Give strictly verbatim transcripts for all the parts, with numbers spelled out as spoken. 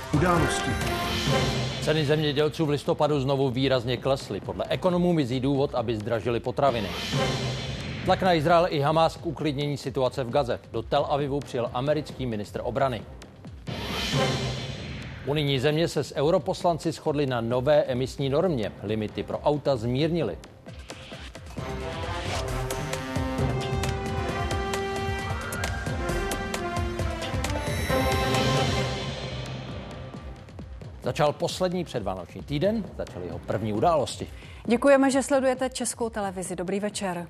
Události. Ceny zemědělců v listopadu znovu výrazně klesly. Podle ekonomů mizí důvod, aby zdražili potraviny. Tlak na Izrael i Hamás k uklidnění situace v Gaze. Do Tel Avivu přijel americký ministr obrany. Unijní země se s europoslanci shodli na nové emisní normě. Limity pro auta zmírnily. Začal poslední předvánoční týden, začaly jeho první události. Děkujeme, že sledujete Českou televizi. Dobrý večer.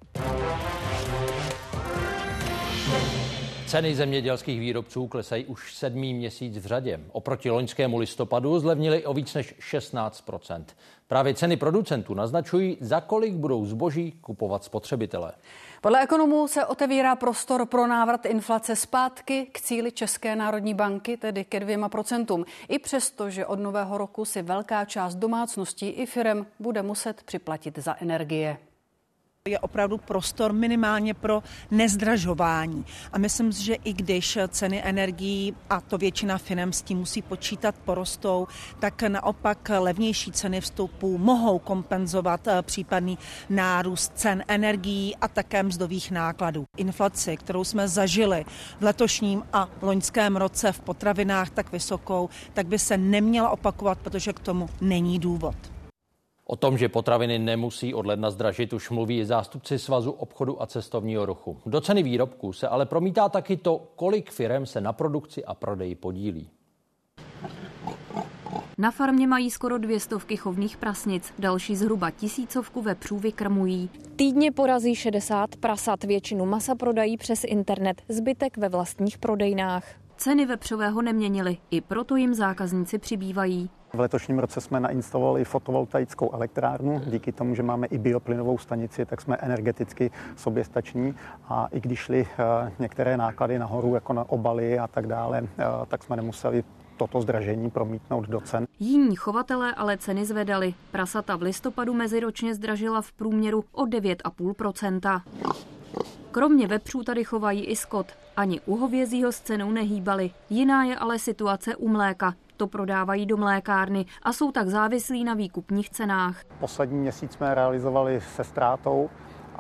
Ceny zemědělských výrobců klesají už sedmý měsíc v řadě. Oproti loňskému listopadu zlevnily o víc než šestnáct procent. Právě ceny producentů naznačují, za kolik budou zboží kupovat spotřebitelé. Podle ekonomů se otevírá prostor pro návrat inflace zpátky k cíli České národní banky, tedy ke dvěma procentům. I přesto, že od nového roku si velká část domácností i firem bude muset připlatit za energie. Je opravdu prostor minimálně pro nezdražování. A myslím si, že i když ceny energií, a to většina firem s tím musí počítat, porostou, tak naopak levnější ceny vstupů mohou kompenzovat případný nárůst cen energií a také mzdových nákladů. Inflaci, kterou jsme zažili v letošním a loňském roce v potravinách tak vysokou, tak by se neměla opakovat, protože k tomu není důvod. O tom, že potraviny nemusí od ledna zdražit, už mluví i zástupci Svazu obchodu a cestovního ruchu. Do ceny výrobků se ale promítá taky to, kolik firem se na produkci a prodeji podílí. Na farmě mají skoro dvě stovky chovných prasnic, další zhruba tisícovku vepřů vykrmují. Týdně porazí šedesát prasat, většinu masa prodají přes internet, zbytek ve vlastních prodejnách. Ceny vepřového neměnily, i proto jim zákazníci přibývají. V letošním roce jsme nainstalovali fotovoltaickou elektrárnu. Díky tomu, že máme i bioplynovou stanici, tak jsme energeticky soběstační. A i když šly některé náklady nahoru, jako na obaly a tak dále, tak jsme nemuseli toto zdražení promítnout do cen. Jiní chovatelé ale ceny zvedali. Prasata v listopadu meziročně zdražila v průměru o devět celá pět procenta. Kromě vepřů tady chovají i skot. Ani u hovězího s cenou nehýbali. Jiná je ale situace u mléka. To prodávají do mlékárny a jsou tak závislí na výkupních cenách. Poslední měsíc jsme realizovali se ztrátou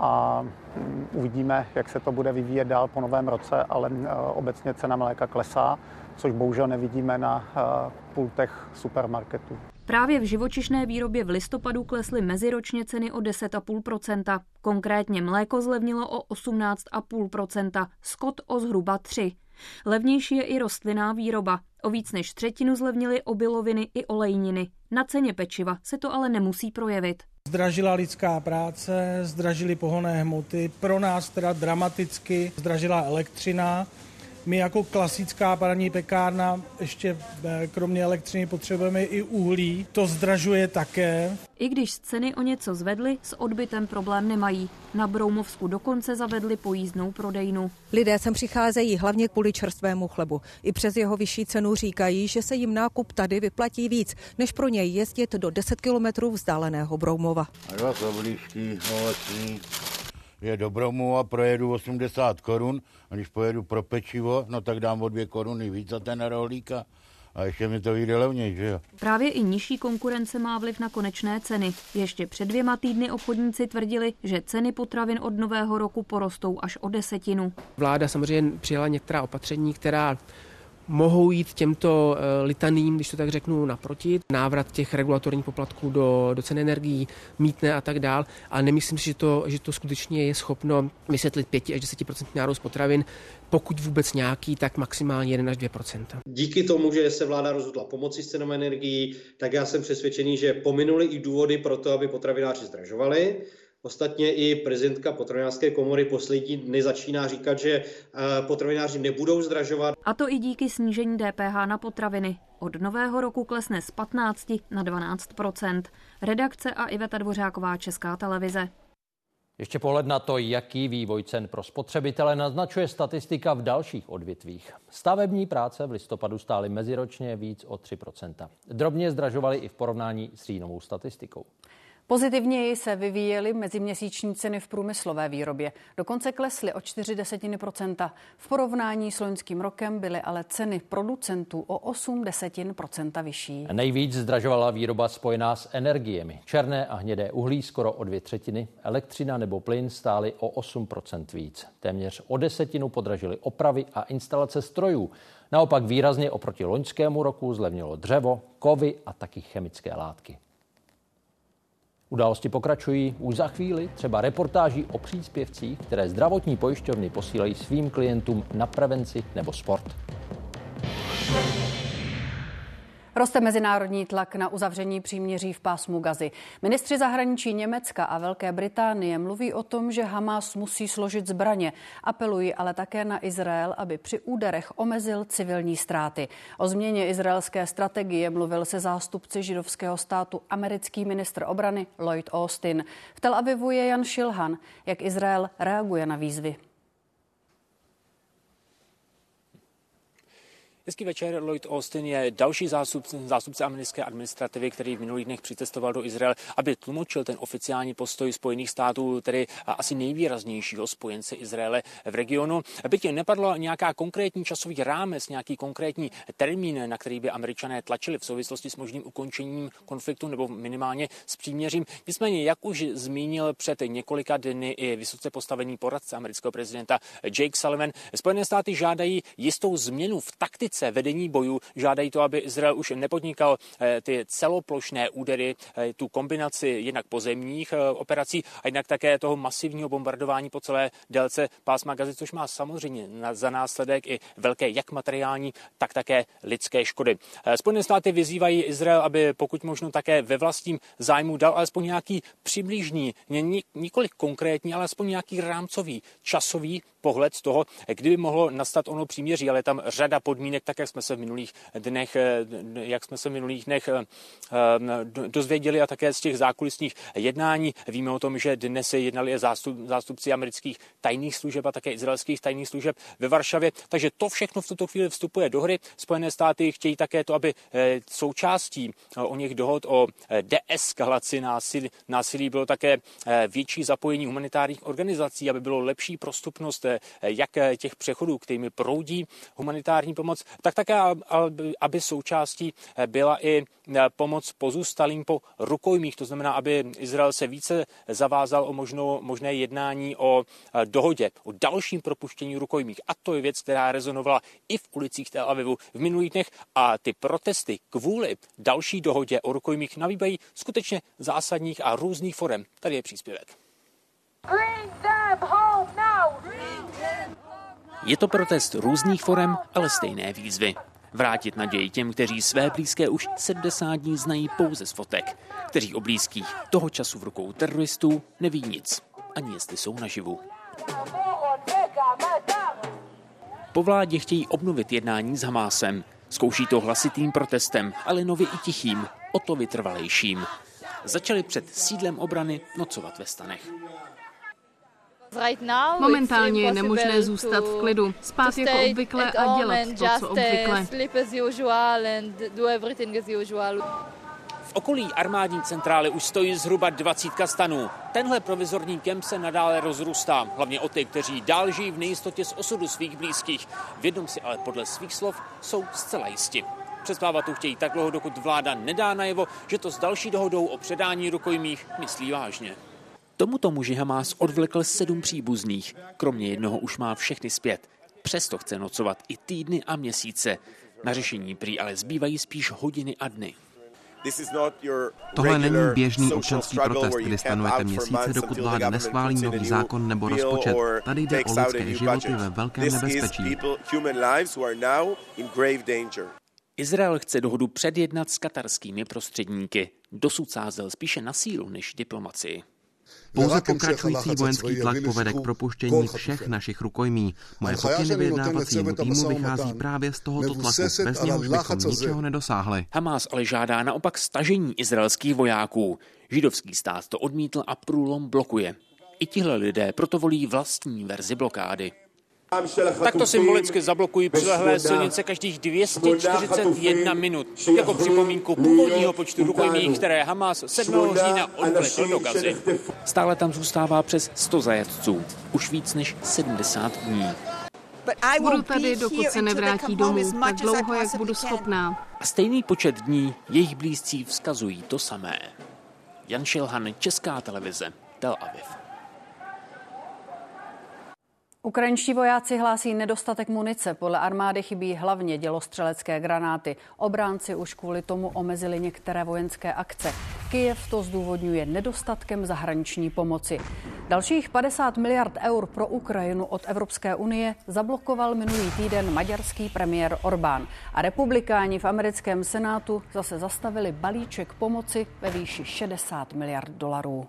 a uvidíme, jak se to bude vyvíjet dál po novém roce, ale obecně cena mléka klesá, což bohužel nevidíme na pultech supermarketů. Právě v živočišné výrobě v listopadu klesly meziročně ceny o deset celá pět procenta. Konkrétně mléko zlevnilo o osmnáct celá pět procenta, skot o zhruba tři procenta. Levnější je i rostlinná výroba. O víc než třetinu zlevnily obiloviny i olejniny. Na ceně pečiva se to ale nemusí projevit. Zdražila lidská práce, zdražily pohonné hmoty, pro nás teda dramaticky zdražila elektřina. My jako klasická parní pekárna ještě kromě elektřiny potřebujeme i uhlí. To zdražuje také. I když ceny o něco zvedly, s odbytem problém nemají. Na Broumovsku dokonce zavedli pojízdnou prodejnu. Lidé sem přicházejí hlavně kvůli čerstvému chlebu. I přes jeho vyšší cenu říkají, že se jim nákup tady vyplatí víc, než pro něj jezdit do deset kilometrů vzdáleného Broumova. Dva oblížky, ovocní. Je do Broumova, projedu osmdesát korun, a když pojedu pro pečivo, no tak dám o dvě koruny víc za ten rohlíka a ještě mi to vyjde levněji, že jo. Právě i nižší konkurence má vliv na konečné ceny. Ještě před dvěma týdny obchodníci tvrdili, že ceny potravin od nového roku porostou až o desetinu. Vláda samozřejmě přijala některá opatření, která mohou jít těmto litaním, když to tak řeknu, naproti. Návrat těch regulatorních poplatků do, do cen energií, mýtné a tak dál. Ale nemyslím si, že to, že to skutečně je schopno vysvětlit pět až deset procent nárůst potravin. Pokud vůbec nějaký, tak maximálně jedna až dvě procenta. Díky tomu, že se vláda rozhodla pomoci s cenami energií, tak já jsem přesvědčený, že pominuli i důvody pro to, aby potravináři zdražovali. Ostatně i prezidentka potravinářské komory poslední dny začíná říkat, že potravináři nebudou zdražovat. A to i díky snížení D P H na potraviny. Od nového roku klesne z patnácti na dvanáct procent. Redakce a Iveta Dvořáková, Česká televize. Ještě pohled na to, jaký vývoj cen pro spotřebitele naznačuje statistika v dalších odvětvích. Stavební práce v listopadu stály meziročně víc o tři procenta. Drobně zdražovaly i v porovnání s říjnovou statistikou. Pozitivněji se vyvíjely meziměsíční ceny v průmyslové výrobě. Dokonce klesly o čtyři desetiny procenta. V porovnání s loňským rokem byly ale ceny producentů o osm desetin procenta vyšší. Nejvíc zdražovala výroba spojená s energiemi. Černé a hnědé uhlí skoro o dvě třetiny, elektřina nebo plyn stály o osm procent víc. Téměř o desetinu podražily opravy a instalace strojů. Naopak výrazně oproti loňskému roku zlevnilo dřevo, kovy a taky chemické látky. Události pokračují už za chvíli, třeba reportáží o příspěvcích, které zdravotní pojišťovny posílají svým klientům na prevenci nebo sport. Roste mezinárodní tlak na uzavření příměří v pásmu Gazy. Ministři zahraničí Německa a Velké Británie mluví o tom, že Hamas musí složit zbraně. Apelují ale také na Izrael, aby při úderech omezil civilní ztráty. O změně izraelské strategie mluvil se zástupci židovského státu americký ministr obrany Lloyd Austin. V Tel Avivu je Jan Šilhan. Jak Izrael reaguje na výzvy? Hezký večer, Lloyd Austin je další zástupce, zástupce americké administrativy, který v minulých dnech přicestoval do Izraele, aby tlumočil ten oficiální postoj Spojených států, tedy asi nejvýraznějšího spojence Izraele v regionu. Byť nepadlo nějaká konkrétní časový rámec, nějaký konkrétní termín, na který by Američané tlačili v souvislosti s možným ukončením konfliktu nebo minimálně s příměřím. Nicméně, jak už zmínil před několika dny i vysoce postavený poradce amerického prezidenta Jake Sullivan, Spojené státy žádají jistou změnu v taktice vedení bojů, žádají to, aby Izrael už nepodnikal ty celoplošné údery, tu kombinaci jednak pozemních operací a jednak také toho masivního bombardování po celé délce pásma Gazy, což má samozřejmě za následek i velké jak materiální, tak také lidské škody. Spojené státy vyzývají Izrael, aby pokud možno také ve vlastním zájmu dal alespoň nějaký přibližný, nikoliv konkrétní, ale alespoň nějaký rámcový časový pohled z toho, kdyby mohlo nastat ono příměří, ale tam řada podmínek, tak jak jsme se v minulých dnech, jak jsme se v minulých dnech dozvěděli a také z těch zákulisních jednání. Víme o tom, že dnes se jednali zástup, zástupci amerických tajných služeb a také izraelských tajných služeb ve Varšavě, takže to všechno v tuto chvíli vstupuje do hry. Spojené státy chtějí také to, aby součástí o něch dohod o deeskalaci násilí, násilí bylo také větší zapojení humanitárních organizací, aby bylo lepší prostupnost jak těch přechodů, kterými proudí humanitární pomoc, tak také, aby součástí byla i pomoc pozůstalým po rukojmích. To znamená, aby Izrael se více zavázal o možno, možné jednání o dohodě, o dalším propuštění rukojmích. A to je věc, která rezonovala i v ulicích Tel Avivu v minulých dnech a ty protesty kvůli další dohodě o rukojmích nabývají skutečně zásadních a různých forem. Tady je příspěvek. Je to protest různých forem, ale stejné výzvy. Vrátit naději těm, kteří své blízké už sedmdesát dní znají pouze z fotek, kteří o blízkých toho času v rukou teroristů neví nic, ani jestli jsou naživu. Po vládě chtějí obnovit jednání s Hamásem. Zkouší to hlasitým protestem, ale nově i tichým, o to vytrvalejším. Začali před sídlem obrany nocovat ve stanech. Momentálně je nemožné zůstat v klidu, spát jako obvykle a dělat to, co obvykle. V okolí armádní centrály už stojí zhruba dvacítka stanů. Tenhle provizorní kemp se nadále rozrůstá, hlavně o ty, kteří dál žijí v nejistotě z osudu svých blízkých. V jednom si ale podle svých slov jsou zcela jisti. Přespávat tu chtějí tak dlouho, dokud vláda nedá najevo, že to s další dohodou o předání rukojmích myslí vážně. Tomuto muži Hamás odvlekl sedm příbuzných. Kromě jednoho už má všechny zpět. Přesto chce nocovat i týdny a měsíce. Na řešení prý ale zbývají spíš hodiny a dny. Tohle není běžný občanský protest, kdy stanujete měsíce, dokud vláda neschválí nový zákon nebo rozpočet. Tady jde o lidské životy ve velkém nebezpečí. Izrael chce dohodu předjednat s katarskými prostředníky. Dosud sázel spíše na sílu než diplomacii. Pouze pokračující vojenský tlak povede k propuštění všech našich rukojmí. Moje pokyny vyjednávacímu týmu vychází právě z tohoto tlaku, bez něhož bychom ničeho nedosáhli. Hamás ale žádá naopak stažení izraelských vojáků. Židovský stát to odmítl a průlom blokuje. I tihle lidé proto volí vlastní verzi blokády. Takto symbolicky zablokují přilehlé silnice každých dvě stě čtyřicet jedna minut. Jako připomínku původního počtu rukojmí, které Hamas sedmého října odvlekl do Gazy. Stále tam zůstává přes sto zajatců. Už víc než sedmdesát dní. Budu tady, dokud se nevrátí domů, tak dlouho, jak budu schopná. A stejný počet dní jejich blízcí vzkazují to samé. Jan Šilhan, Česká televize, Tel Aviv. Ukrajinští vojáci hlásí nedostatek munice. Podle armády chybí hlavně dělostřelecké granáty. Obránci už kvůli tomu omezili některé vojenské akce. Kyjev to zdůvodňuje nedostatkem zahraniční pomoci. Dalších padesát miliard eur pro Ukrajinu od Evropské unie zablokoval minulý týden maďarský premiér Orbán. A republikáni v americkém senátu zase zastavili balíček pomoci ve výši šedesát miliard dolarů.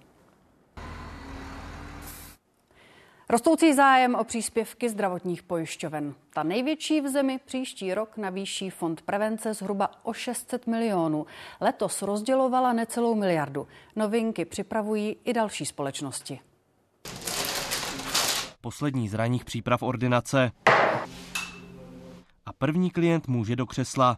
Rostoucí zájem o příspěvky zdravotních pojišťoven. Ta největší v zemi příští rok navýší fond prevence zhruba o šest set milionů. Letos rozdělovala necelou miliardu. Novinky připravují i další společnosti. Poslední z ranních příprav ordinace. A první klient může do křesla.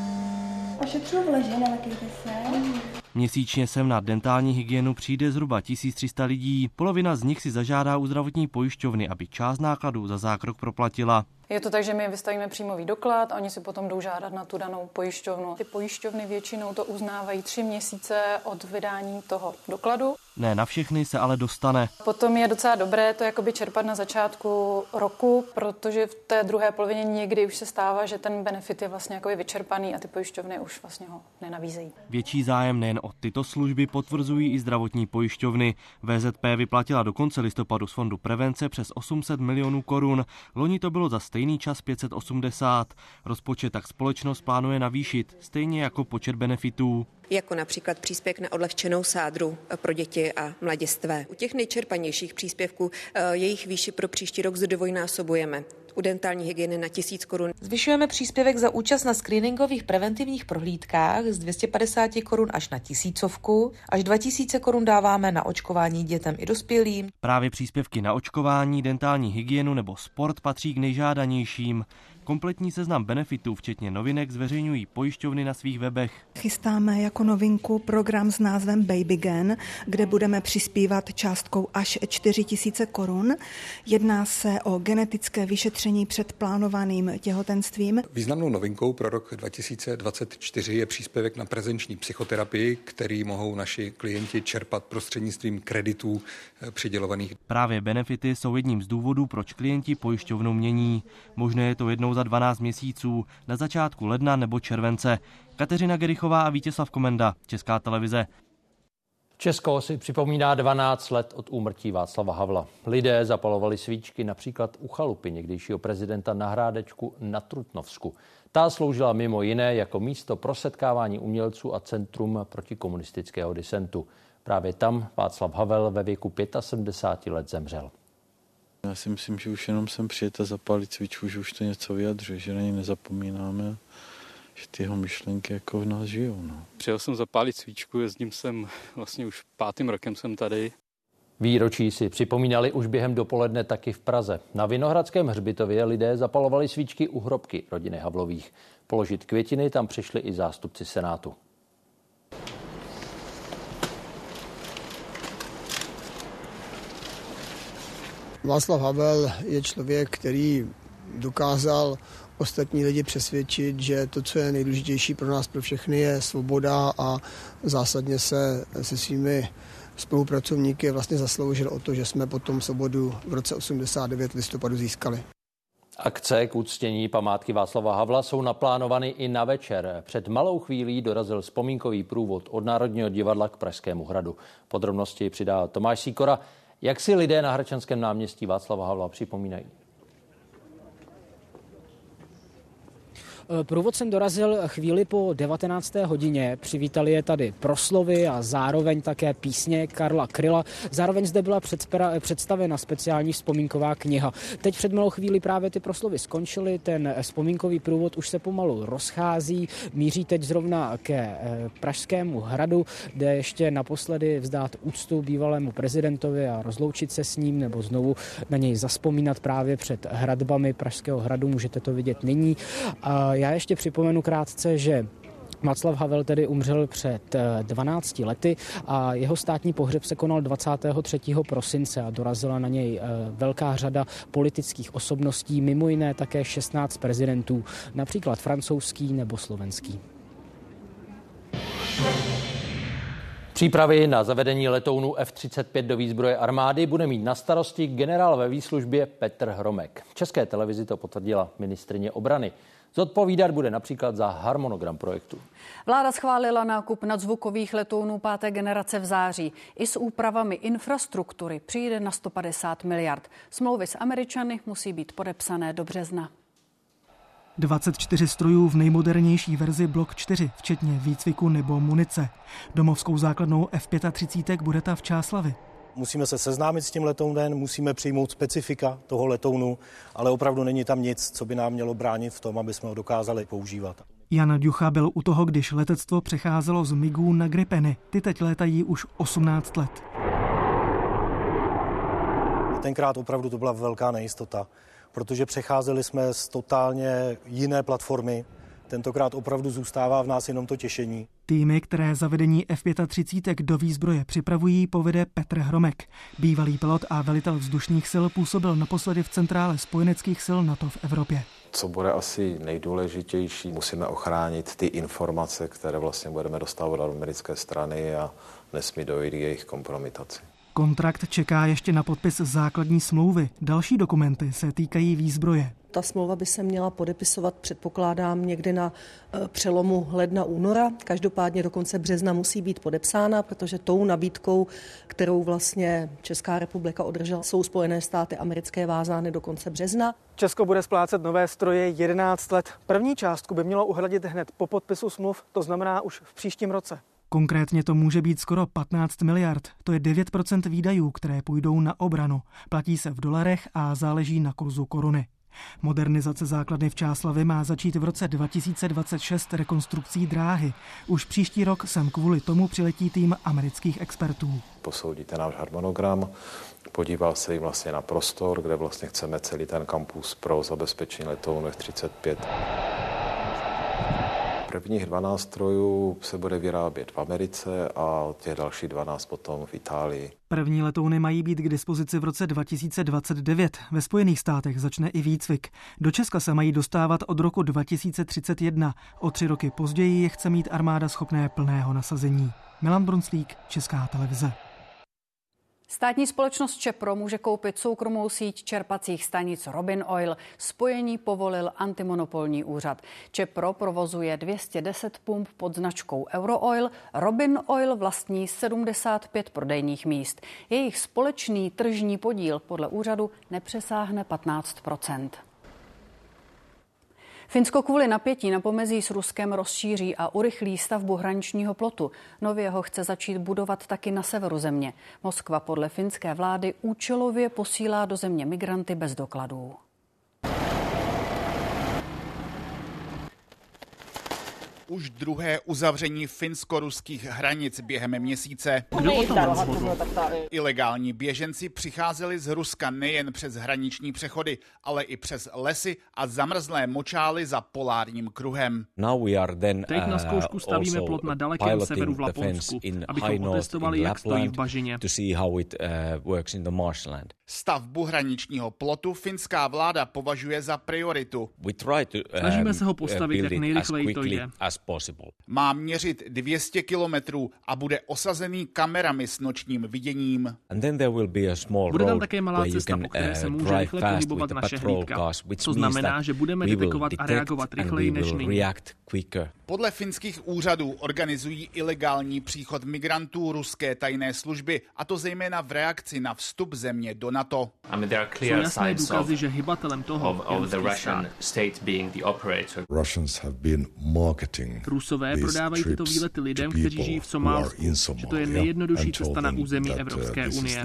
Ošetřuji v leže, nelekejte se. Měsíčně sem na dentální hygienu přijde zhruba tisíc tři sta lidí. Polovina z nich si zažádá u zdravotní pojišťovny, aby část nákladů za zákrok proplatila. Je to tak, že my vystavíme příjmový doklad a oni si potom jdou žádat na tu danou pojišťovnu. Ty pojišťovny většinou to uznávají tři měsíce od vydání toho dokladu. Ne na všechny se ale dostane. Potom je docela dobré to jakoby čerpat na začátku roku, protože v té druhé polovině někdy už se stává, že ten benefit je vlastně jakoby vyčerpaný a ty pojišťovny už vlastně ho nenabízejí. Větší zájem nejen o tyto služby potvrzují i zdravotní pojišťovny. V Z P vyplatila do konce listopadu z fondu prevence přes osm set milionů korun. Loni to bylo za stejný čas pět set osmdesát. Rozpočet tak společnost plánuje navýšit, stejně jako počet benefitů. Jako například příspěvek na odlehčenou sádru pro děti a mladistvé. U těch nejčerpanějších příspěvků jejich výši pro příští rok zdvojnásobujeme. U dentální hygieny na tisíc korun. Zvyšujeme příspěvek za účast na screeningových preventivních prohlídkách z dvě stě padesát korun až na tisícovku. Až dva tisíce korun dáváme na očkování dětem i dospělým. Právě příspěvky na očkování, dentální hygienu nebo sport patří k nejžádanějším. Kompletní seznam benefitů, včetně novinek, zveřejňují pojišťovny na svých webech. Chystáme jako novinku program s názvem Babygen, kde budeme přispívat částkou až čtyři tisíce korun. Jedná se o genetické vyšetření před plánovaným těhotenstvím. Významnou novinkou pro rok dva tisíce dvacet čtyři je příspěvek na prezenční psychoterapii, který mohou naši klienti čerpat prostřednictvím kreditů přidělovaných. Právě benefity jsou jedním z důvodů, proč klienti pojišťovnu mění. Možné je to jednou za dvanáct měsíců, na začátku ledna nebo července. Kateřina Gerichová a Vítězslav Komenda, Česká televize. Česko si připomíná dvanáct let od úmrtí Václava Havla. Lidé zapalovali svíčky například u chalupy někdejšího prezidenta na Hrádečku na Trutnovsku. Ta sloužila mimo jiné jako místo pro setkávání umělců a centrum protikomunistického disentu. Právě tam Václav Havel ve věku sedmdesáti pěti let zemřel. Já si myslím, že už jenom sem přijet a zapálit svíčku, že už to něco vyjadřuje, že na ně nezapomínáme, že ty jeho myšlenky jako v nás žijou. No. Přijel jsem zapálit svíčku, jezdím sem vlastně už pátým rokem jsem tady. Výročí si připomínali už během dopoledne taky v Praze. Na Vinohradském hřbitově lidé zapalovali svíčky u hrobky rodiny Havlových. Položit květiny tam přišli i zástupci Senátu. Václav Havel je člověk, který dokázal ostatní lidi přesvědčit, že to, co je nejdůležitější pro nás, pro všechny, je svoboda a zásadně se se svými spolupracovníky vlastně zasloužil o to, že jsme potom svobodu v roce osmdesát devět listopadu získali. Akce k uctění památky Václava Havla jsou naplánovány i na večer. Před malou chvílí dorazil vzpomínkový průvod od Národního divadla k Pražskému hradu. Podrobnosti přidá Tomáš Sýkora. Jak si lidé na Hradčanském náměstí Václava Havla připomínají? Průvodcem dorazil chvíli po devatenácté hodině. Přivítali je tady proslovy a zároveň také písně Karla Kryla. Zároveň zde byla představena speciální vzpomínková kniha. Teď před malou chvíli právě ty proslovy skončily, ten vzpomínkový průvod už se pomalu rozchází, míří teď zrovna ke Pražskému hradu, kde ještě naposledy vzdát úctu bývalému prezidentovi a rozloučit se s ním nebo znovu na něj zavzpomínat právě před hradbami Pražského hradu. Můžete to vidět nyní. A já ještě připomenu krátce, že Václav Havel tedy umřel před dvanácti lety a jeho státní pohřeb se konal dvacátého třetího prosince a dorazila na něj velká řada politických osobností, mimo jiné také šestnáct prezidentů, například francouzský nebo slovenský. Přípravy na zavedení letounů F třicet pět do výzbroje armády bude mít na starosti generál ve výslužbě Petr Hromek. České televizi to potvrdila ministryně obrany. Zodpovídat bude například za harmonogram projektu. Vláda schválila nákup nadzvukových letounů páté generace v září. I s úpravami infrastruktury přijde na sto padesát miliard. Smlouvy s Američany musí být podepsané do března. dvacet čtyři strojů v nejmodernější verzi Block čtyři, včetně výcviku nebo munice. Domovskou základnou F třicet pět bude ta v Čáslavi. Musíme se seznámit s tím letounem, musíme přijmout specifika toho letounu, ale opravdu není tam nic, co by nám mělo bránit v tom, aby jsme ho dokázali používat. Jan Ducha byl u toho, když letectvo přecházelo z migů na Gripeny. Ty teď létají už osmnáct let. Tenkrát opravdu to byla velká nejistota, protože přecházeli jsme z totálně jiné platformy. Tentokrát opravdu zůstává v nás jenom to těšení. Týmy, které zavedení F třicet pět do výzbroje připravují, povede Petr Hromek. Bývalý pilot a velitel vzdušných sil působil naposledy v centrále spojeneckých sil NATO v Evropě. Co bude asi nejdůležitější, musíme ochránit ty informace, které vlastně budeme dostávat od americké strany a nesmí dojít k jejich kompromitaci. Kontrakt čeká ještě na podpis základní smlouvy. Další dokumenty se týkají výzbroje. Ta smlouva by se měla podepisovat, předpokládám, někdy na přelomu ledna února. Každopádně do konce března musí být podepsána, protože tou nabídkou, kterou vlastně Česká republika održela, jsou Spojené státy americké vázány do konce března. Česko bude splácet nové stroje jedenáct let. První částku by mělo uhradit hned po podpisu smluv, to znamená už v příštím roce. Konkrétně to může být skoro patnáct miliard. To je devět procent výdajů, které půjdou na obranu. Platí se v dolarech a záleží na kurzu koruny. Modernizace základny v Čáslavi má začít v roce dva tisíce dvacet šest rekonstrukcí dráhy. Už příští rok sem kvůli tomu přiletí tým amerických expertů. Posoudíte náš harmonogram, podíval se jim vlastně na prostor, kde vlastně chceme celý ten kampus pro zabezpečení letounů F třicet pět. Prvních dvanáct strojů se bude vyrábět v Americe a těch další dvanáct potom v Itálii. První letouny mají být k dispozici v roce dva tisíce dvacet devět. Ve Spojených státech začne i výcvik. Do Česka se mají dostávat od roku dva tisíce třicet jedna. O tři roky později je chce mít armáda schopné plného nasazení. Milan Brunslík, Česká televize. Státní společnost Čepro může koupit soukromou síť čerpacích stanic Robin Oil. Spojení povolil antimonopolní úřad. Čepro provozuje dvě stě deset pump pod značkou Eurooil. Robin Oil vlastní sedmdesát pět prodejních míst. Jejich společný tržní podíl podle úřadu nepřesáhne patnáct procent. Finsko kvůli napětí na pomezí s Ruskem rozšíří a urychlí stavbu hraničního plotu. Nově ho chce začít budovat taky na severu země. Moskva podle finské vlády účelově posílá do země migranty bez dokladů. Už druhé uzavření finsko-ruských hranic během měsíce. Ilegální běženci přicházeli z Ruska nejen přes hraniční přechody, ale i přes lesy a zamrzlé močály za polárním kruhem. Teď na zkoušku stavíme plot na dalekém severu v Laponsku, abychom otestovali, jak stojí v bažině. Stavbu hraničního plotu finská vláda považuje za prioritu. Snažíme se ho postavit, jak nejrychleji to jde. as possible. Má měřit dvě stě kilometrů a bude osazený kamerami s nočním viděním. And then there will be a small bude tam road také malá cesta, po které se může rychle pohybovat naše hlídka. To znamená, že budeme detekovat a reagovat rychleji než nyní. Podle finských úřadů organizují ilegální příchod migrantů ruské tajné služby, a to zejména v reakci na vstup země do NATO. Jsou jasné důkazy, že hybatelem toho Rusové prodávají tyto výlety lidem, kteří žijí v Somálsku, že to je nejjednodušší cesta na území Evropské unie.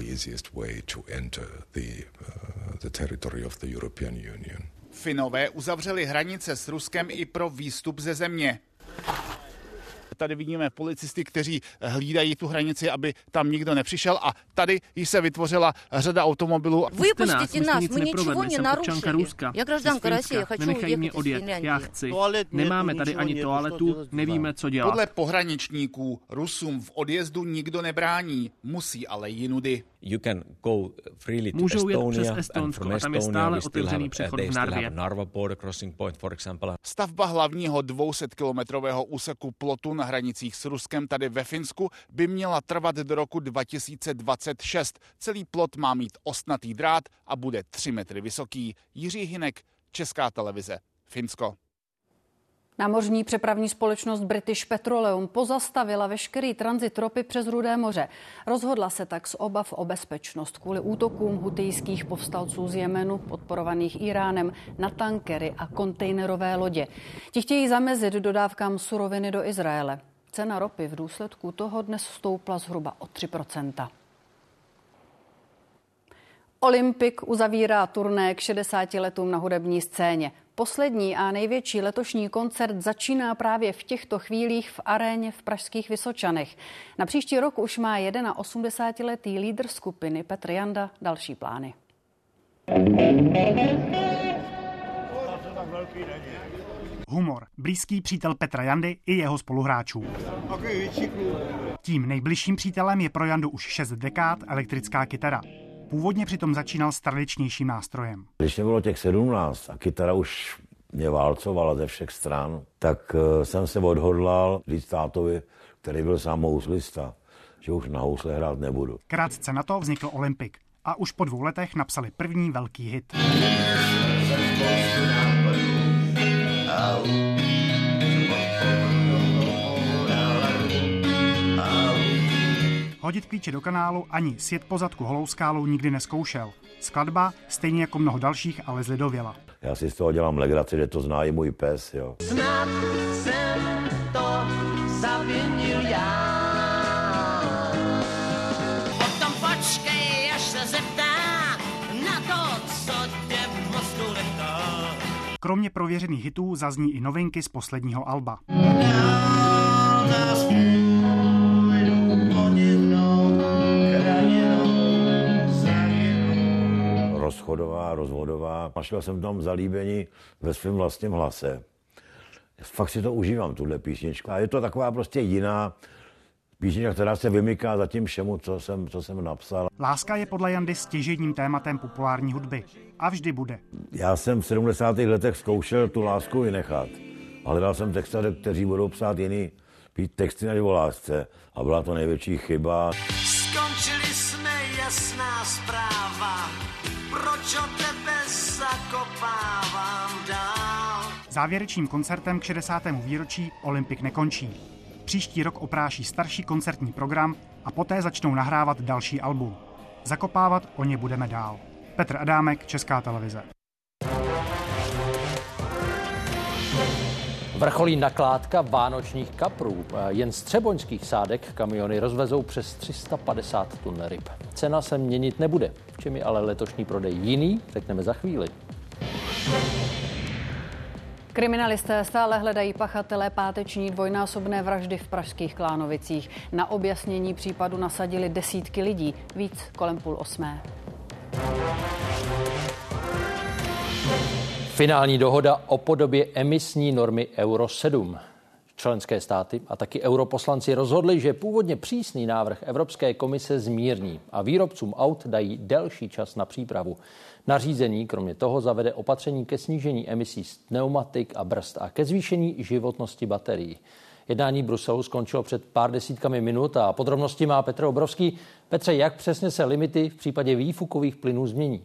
Finové uzavřeli hranice s Ruskem i pro výstup ze země. Tady vidíme policisty, kteří hlídají tu hranici, aby tam nikdo nepřišel, a tady již se vytvořila řada automobilů. Vypuštěte nás, my ničeho nenarušili. Já graždanka Rusie, хочу Nenechají mě odjet, já chci. Nemáme tady ani toaletu, nevíme, co dělat. Podle pohraničníků Rusům v odjezdu nikdo nebrání, musí ale jinudy. Můžou jet přes Estonsko a tam je stále otevřený přechod v Narvě. Stavba hlavního dvousetkilometrového úseku plotu na hranicích s Ruskem tady ve Finsku by měla trvat do roku dva tisíce dvacet šest. Celý plot má mít ostnatý drát a bude tři metry vysoký. Jiří Hynek, Česká televize, Finsko. Námořní přepravní společnost British Petroleum pozastavila veškerý tranzit ropy přes Rudé moře. Rozhodla se tak z obav o bezpečnost kvůli útokům hutijských povstalců z Jemenu, podporovaných Iránem, na tankery a kontejnerové lodě. Ti chtějí zamezit dodávkám suroviny do Izraele. Cena ropy v důsledku toho dnes stoupla zhruba o tři procenta. Olympik uzavírá turné k šedesáti letům na hudební scéně. Poslední a největší letošní koncert začíná právě v těchto chvílích v aréně v pražských Vysočanech. Na příští rok už má osmdesátiletý lídr skupiny Petr Janda další plány. Humor. Blízký přítel Petra Jandy i jeho spoluhráčů. Tím nejbližším přítelem je pro Jandu už šest dekád elektrická kytara. Původně přitom začínal s tradičnějším nástrojem. Když mě bylo těch sedmnáct a kytara už mě válcovala ze všech stran, tak jsem se odhodlal říct tátovi, který byl sám houslista, že už na housle hrát nebudu. Krátce na to vznikl Olympik a už po dvou letech napsali první velký hit. Hodit klíče do kanálu ani sjet po zadku holou skálou nikdy nezkoušel. Skladba, stejně jako mnoho dalších, ale zlidověla. Já si z toho dělám legraci, že to zná i můj pes, jo. Snad jsem to zavinil já. Potom počkej, až se zeptá na to, co tě v mozku letá. Kromě prověřených hitů zazní i novinky z posledního alba. Rozchodová, rozvodová. Našel jsem tam zalíbení ve svém vlastním hlase. Fakt si to užívám, tuhle písničku. A je to taková prostě jiná písnička, která se vymyká za tím všemu, co jsem, co jsem napsal. Láska je podle Jandy stěžejním tématem populární hudby. A vždy bude. Já jsem v sedmdesátých letech zkoušel tu lásku vynechat. A hledal jsem textaře, kteří budou psát jiný texty než o lásce. A byla to největší chyba. Skončili jsme, jasná zpráva. Proč o tebe zakopávám dál? Závěrečným koncertem k šedesátému výročí Olympik nekončí. Příští rok opráší starší koncertní program a poté začnou nahrávat další album. Zakopávat o ně budeme dál. Petr Adámek, Česká televize. Vrcholí nakládka vánočních kaprů. Jen z třeboňských sádek kamiony rozvezou přes tři sta padesát tun ryb. Cena se měnit nebude. V čem je ale letošní prodej jiný, řekneme za chvíli. Kriminalisté stále hledají pachatele páteční dvojnásobné vraždy v pražských Klánovicích. Na objasnění případu nasadili desítky lidí. Víc kolem půl osmé. Finální dohoda o podobě emisní normy Euro sedm. Členské státy a taky europoslanci rozhodli, že původně přísný návrh Evropské komise zmírní a výrobcům aut dají delší čas na přípravu. Nařízení kromě toho zavede opatření ke snížení emisí z pneumatik a brzd a ke zvýšení životnosti baterií. Jednání Bruselu skončilo před pár desítkami minut a podrobnosti má Petr Obrovský. Petře, jak přesně se limity v případě výfukových plynů změní?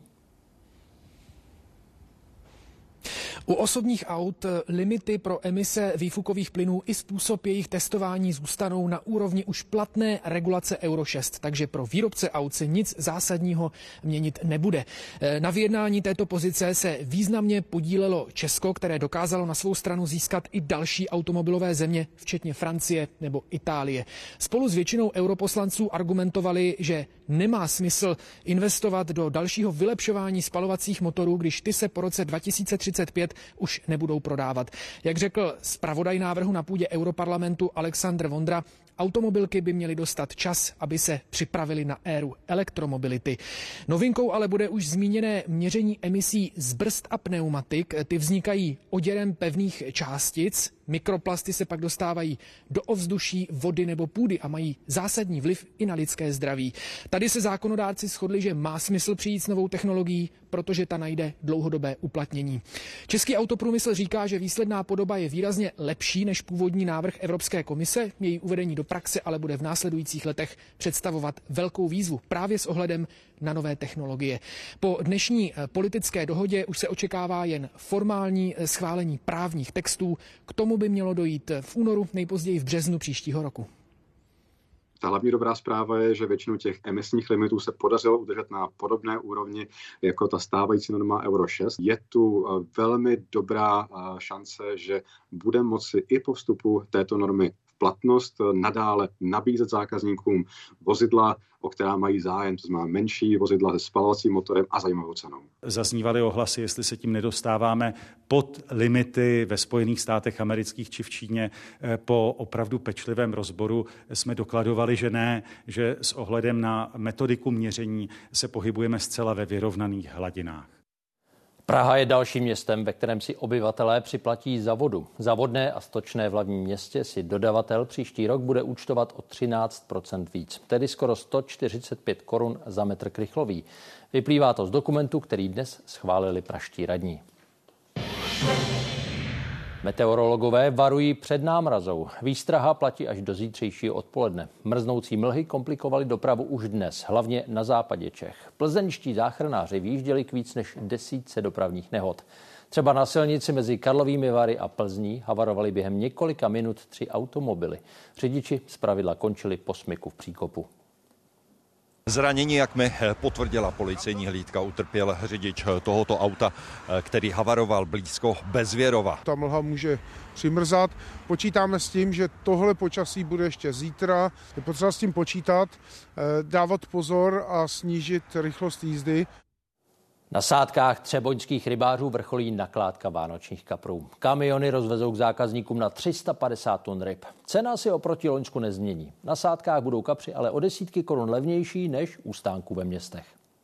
U osobních aut limity pro emise výfukových plynů i způsob jejich testování zůstanou na úrovni už platné regulace Euro šest, takže pro výrobce aut se nic zásadního měnit nebude. Na vyjednání této pozice se významně podílelo Česko, které dokázalo na svou stranu získat i další automobilové země, včetně Francie nebo Itálie. Spolu s většinou europoslanců argumentovali, že nemá smysl investovat do dalšího vylepšování spalovacích motorů, když ty se po roce dva tisíce třicet pět už nebudou prodávat. Jak řekl zpravodaj návrhu na půdě Europarlamentu Alexandr Vondra, automobilky by měly dostat čas, aby se připravili na éru elektromobility. Novinkou ale bude už zmíněné měření emisí z brzd a pneumatik. Ty vznikají oděrem pevných částic. Mikroplasty se pak dostávají do ovzduší, vody nebo půdy a mají zásadní vliv i na lidské zdraví. Tady se zákonodárci shodli, že má smysl přijít s novou technologií, protože ta najde dlouhodobé uplatnění. Český autoprůmysl říká, že výsledná podoba je výrazně lepší než původní návrh Evropské komise. Její uvedení do praxe ale bude v následujících letech představovat velkou výzvu právě s ohledem na nové technologie. Po dnešní politické dohodě už se očekává jen formální schválení právních textů. K tomu by mělo dojít v únoru, nejpozději v březnu příštího roku. Ta hlavní dobrá zpráva je, že většinu těch emisních limitů se podařilo udržet na podobné úrovni jako ta stávající norma Euro šest. Je tu velmi dobrá šance, že bude moci i po vstupu této normy v platnost nadále nabízet zákazníkům vozidla, o která mají zájem, to znamená menší vozidla se spalovacím motorem a zajímavou cenou. Zaznívaly ohlasy, jestli se tím nedostáváme pod limity ve Spojených státech amerických či v Číně. Po opravdu pečlivém rozboru jsme dokladovali, že ne, že s ohledem na metodiku měření se pohybujeme zcela ve vyrovnaných hladinách. Praha je dalším městem, ve kterém si obyvatelé připlatí za vodu. Za vodné a stočné v hlavním městě si dodavatel příští rok bude účtovat o třináct procent víc, tedy skoro sto čtyřicet pět korun za metr krychlový. Vyplývá to z dokumentu, který dnes schválili pražští radní. Meteorologové varují před námrazou. Výstraha platí až do zítřejšího odpoledne. Mrznoucí mlhy komplikovaly dopravu už dnes, hlavně na západě Čech. Plzeňští záchranáři vyjížděli k víc než desítce dopravních nehod. Třeba na silnici mezi Karlovými Vary a Plzní havarovaly během několika minut tři automobily. Řidiči zpravidla končili po smyku v příkopu. Zranění, jak mi potvrdila policejní hlídka, utrpěl řidič tohoto auta, který havaroval blízko Bezvěrova. Ta mlha může přimrzat. Počítáme s tím, že tohle počasí bude ještě zítra. Je potřeba s tím počítat, dávat pozor a snížit rychlost jízdy. Na sádkách třeboňských rybářů vrcholí nakládka vánočních kaprů. Kamiony rozvezou k zákazníkům na tři sta padesát tun ryb. Cena si oproti loňsku nezmění. Na sádkách budou kapři ale o desítky korun levnější než u stánků ve městech.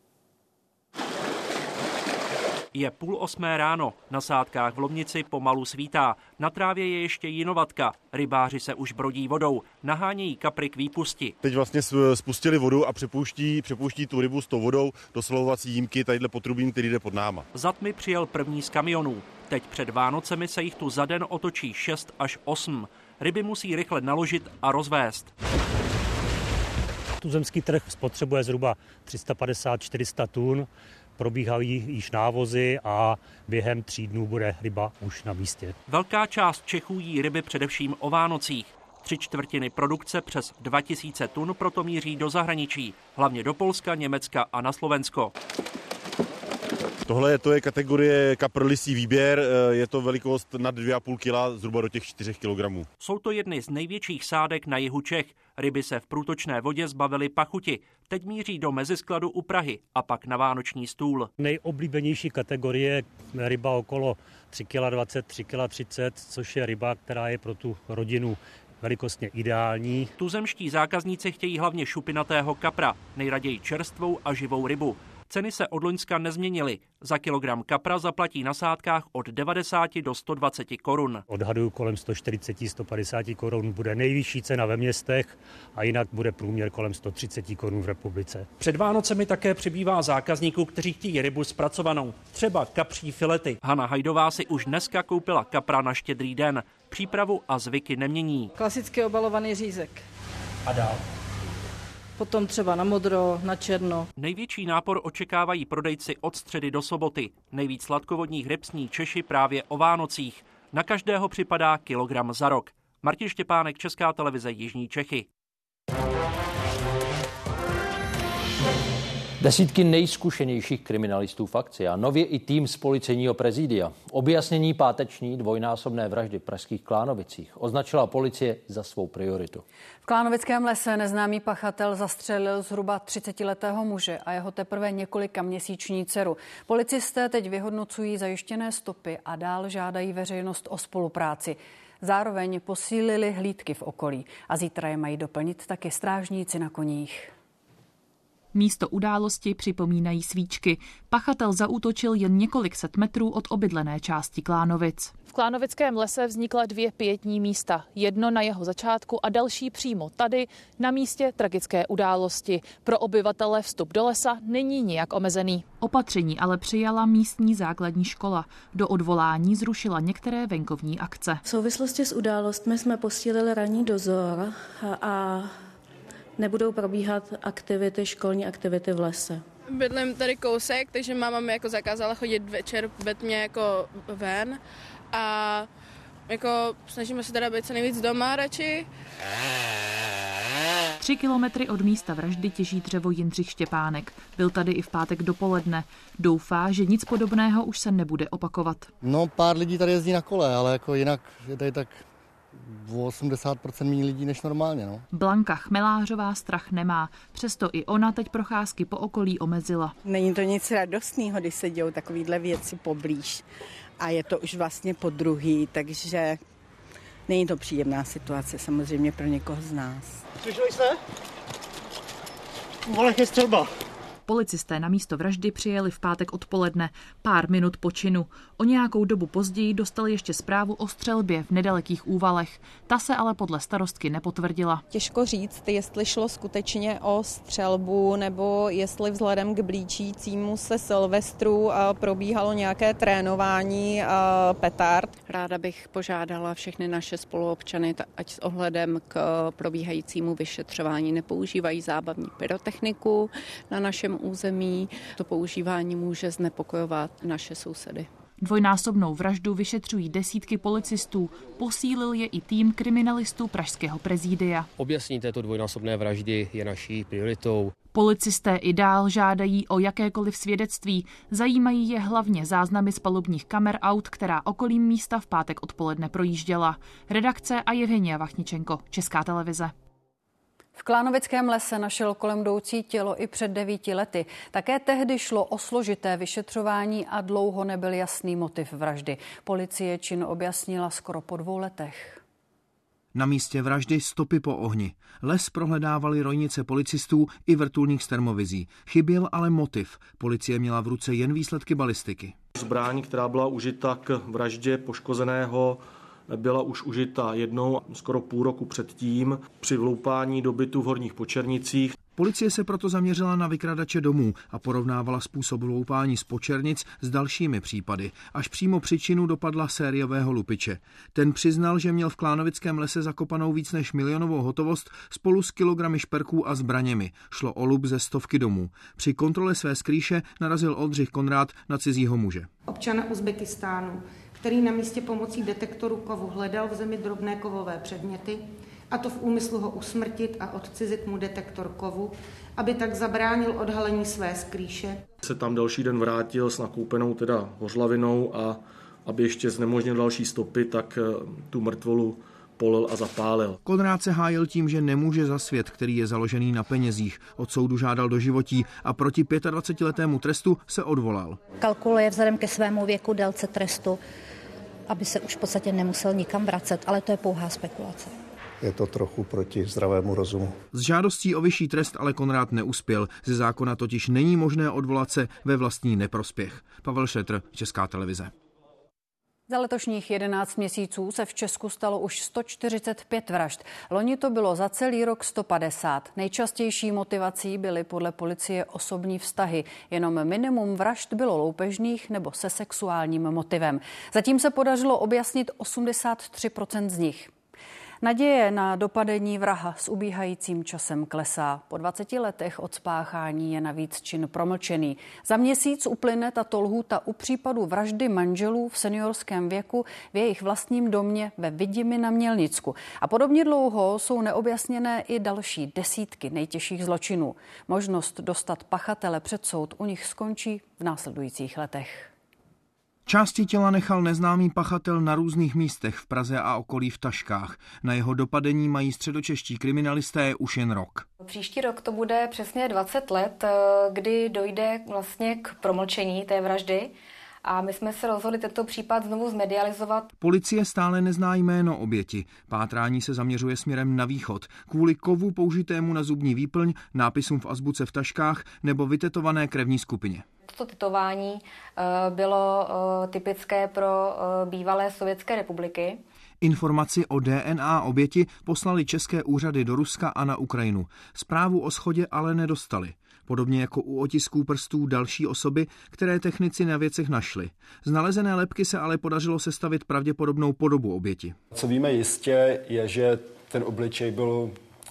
Je půl osmé ráno, na sádkách v Lomnici pomalu svítá. Na trávě je ještě jinovatka. Rybáři se už brodí vodou, nahánějí kapry k výpusti. Teď vlastně spustili vodu a přepouští, přepouští tu rybu s tou vodou do svalovací jímky tadyhle potrubím, který jde pod náma. Za tmy přijel první z kamionů. Teď před Vánocemi se jich tu za den otočí šest až osm. Ryby musí rychle naložit a rozvést. Tuzemský trh spotřebuje zhruba tři sta padesát až čtyři sta tun. Probíhají již návozy a během tří dnů bude ryba už na místě. Velká část Čechů jí ryby především o Vánocích. Tři čtvrtiny produkce přes dva tisíce tun proto míří do zahraničí, hlavně do Polska, Německa a na Slovensko. Tohle je, to je kategorie kaprlisí výběr, je to velikost nad dvě a půl kila, zhruba do těch čtyřech kilogramů. Jsou to jedny z největších sádek na jihu Čech. Ryby se v průtočné vodě zbavily pachuti. Teď míří do meziskladu u Prahy a pak na vánoční stůl. Nejoblíbenější kategorie je ryba okolo tři celá dvacet, tři celá třicet, což je ryba, která je pro tu rodinu velikostně ideální. Tuzemští zákazníci chtějí hlavně šupinatého kapra, nejraději čerstvou a živou rybu. Ceny se od loňska nezměnily. Za kilogram kapra zaplatí na sádkách od devadesát do sto dvacet korun. Odhaduju kolem sto čtyřicet až sto padesát korun bude nejvyšší cena ve městech a jinak bude průměr kolem sto třicet korun v republice. Před Vánocemi také přibývá zákazníků, kteří chtějí rybu zpracovanou, třeba kapří filety. Hana Hajdová si už dneska koupila kapra na Štědrý den. Přípravu a zvyky nemění. Klasicky obalovaný řízek. A dál? Potom třeba na modro, na černo. Největší nápor očekávají prodejci od středy do soboty. Nejvíc sladkovodních ryb sní Češi právě o Vánocích. Na každého připadá kilogram za rok. Martin Štěpánek, Česká televize, Jižní Čechy. Desítky nejzkušenějších kriminalistů v akci a nově i tým z policejního prezidia. Objasnění páteční dvojnásobné vraždy v pražských Klánovicích označila policie za svou prioritu. V Klánovickém lese neznámý pachatel zastřelil zhruba třicetiletého muže a jeho teprve několika měsíční dceru. Policisté teď vyhodnocují zajištěné stopy a dál žádají veřejnost o spolupráci. Zároveň posílili hlídky v okolí a zítra je mají doplnit taky strážníci na koních. Místo události připomínají svíčky. Pachatel zaútočil jen několik set metrů od obydlené části Klánovic. V Klánovickém lese vznikla dvě pietní místa. Jedno na jeho začátku a další přímo tady, na místě tragické události. Pro obyvatele vstup do lesa není nijak omezený. Opatření ale přijala místní základní škola. Do odvolání zrušila některé venkovní akce. V souvislosti s událostmi jsme posílili ranní dozor a nebudou probíhat aktivity, školní aktivity v lese. Bydlím tady kousek, takže máma mi jako zakázala chodit večer ve tmě jako ven a jako snažíme se teda být co nejvíc doma radši. Tři kilometry od místa vraždy těží dřevo Jindřich Štěpánek. Byl tady i v pátek dopoledne. Doufá, že nic podobného už se nebude opakovat. No, pár lidí tady jezdí na kole, ale jako jinak je tady tak o osmdesát procent méně lidí než normálně. No. Blanka Chmelářová strach nemá, přesto i ona teď procházky po okolí omezila. Není to nic radostného, když se dějou takovýhle věci poblíž a je to už vlastně po druhý, takže není to příjemná situace samozřejmě pro někoho z nás. Slyšeli jste? V Valech je střelba. Policisté na místo vraždy přijeli v pátek odpoledne, pár minut po činu. O nějakou dobu později dostali ještě zprávu o střelbě v nedalekých Úvalech. Ta se ale podle starostky nepotvrdila. Těžko říct, jestli šlo skutečně o střelbu nebo jestli vzhledem k blížícímu se Silvestru probíhalo nějaké trénování petard. Ráda bych požádala všechny naše spoluobčany, ať s ohledem k probíhajícímu vyšetřování nepoužívají zábavní pyrotechniku na našem území. To používání může znepokojovat naše sousedy. Dvojnásobnou vraždu vyšetřují desítky policistů. Posílil je i tým kriminalistů pražského prezidia. Objasnění této dvojnásobné vraždy je naší prioritou. Policisté i dál žádají o jakékoliv svědectví. Zajímají je hlavně záznamy z palubních kamer aut, která okolím místa v pátek odpoledne projížděla. Redakce a Jevgenia Vachničenko, Česká televize. V Klánovickém lese našel kolem jdoucí tělo i před devíti lety. Také tehdy šlo o složité vyšetřování a dlouho nebyl jasný motiv vraždy. Policie čin objasnila skoro po dvou letech. Na místě vraždy stopy po ohni. Les prohledávali rojnice policistů i vrtulník z termovizí. Chyběl ale motiv. Policie měla v ruce jen výsledky balistiky. Zbraň, která byla užita k vraždě poškozeného, byla už užita jednou skoro půl roku předtím při vloupání do bytu v Horních Počernicích. Policie se proto zaměřila na vykradače domů a porovnávala způsob vloupání z Počernic s dalšími případy. Až přímo při činu dopadla sériového lupiče. Ten přiznal, že měl v Klánovickém lese zakopanou víc než milionovou hotovost spolu s kilogramy šperků a zbraněmi. Šlo o lup ze stovky domů. Při kontrole své skrýše narazil Oldřich Konrád na cizího muže. Občana Uzbekistánu, který na místě pomocí detektoru kovu hledal v zemi drobné kovové předměty, a to v úmyslu ho usmrtit a odcizit mu detektor kovu, aby tak zabránil odhalení své skrýše. Se tam další den vrátil s nakoupenou teda hořlavinou a aby ještě znemožnil další stopy, tak tu mrtvolu polil a zapálil. Konrád se hájil tím, že nemůže za svět, který je založený na penězích. Od soudu žádal doživotí a proti dvacetiletému trestu se odvolal. Kalkuluje vzhledem ke svému věku délce trestu, aby se už v podstatě nemusel nikam vracet, ale to je pouhá spekulace. je to trochu proti zdravému rozumu. S žádostí o vyšší trest ale Konrád neuspěl. Ze zákona totiž není možné odvolat se ve vlastní neprospěch. Pavel Šetr, Česká televize. Za letošních jedenáct měsíců se v Česku stalo už sto čtyřicet pět vražd. Loni to bylo za celý rok sto padesát. Nejčastější motivací byly podle policie osobní vztahy. Jenom minimum vražd bylo loupežných nebo se sexuálním motivem. Zatím se podařilo objasnit osmdesát tři procent z nich. Naděje na dopadení vraha s ubíhajícím časem klesá. Po dvaceti letech od spáchání je navíc čin promlčený. Za měsíc uplyne tato lhůta u případu vraždy manželů v seniorském věku v jejich vlastním domě ve Vidimi na Mělnicku. A podobně dlouho jsou neobjasněné i další desítky nejtěžších zločinů. Možnost dostat pachatele před soud u nich skončí v následujících letech. Části těla nechal neznámý pachatel na různých místech v Praze a okolí v taškách. Na jeho dopadení mají středočeští kriminalisté už jen rok. Příští rok to bude přesně dvacet let, kdy dojde vlastně k promlčení té vraždy. A my jsme se rozhodli tento případ znovu zmedializovat. Policie stále nezná jméno oběti. Pátrání se zaměřuje směrem na východ. Kvůli kovu použitému na zubní výplň, nápisům v azbuce v taškách nebo vytetované krevní skupině. Toto tetování bylo typické pro bývalé Sovětské republiky. Informaci o D N A oběti poslali české úřady do Ruska a na Ukrajinu. Zprávu o shodě ale nedostali. Podobně jako u otisků prstů další osoby, které technici na věcech našli. Z nalezené lebky se ale podařilo sestavit pravděpodobnou podobu oběti. Co víme jistě, je, že ten obličej byl uh,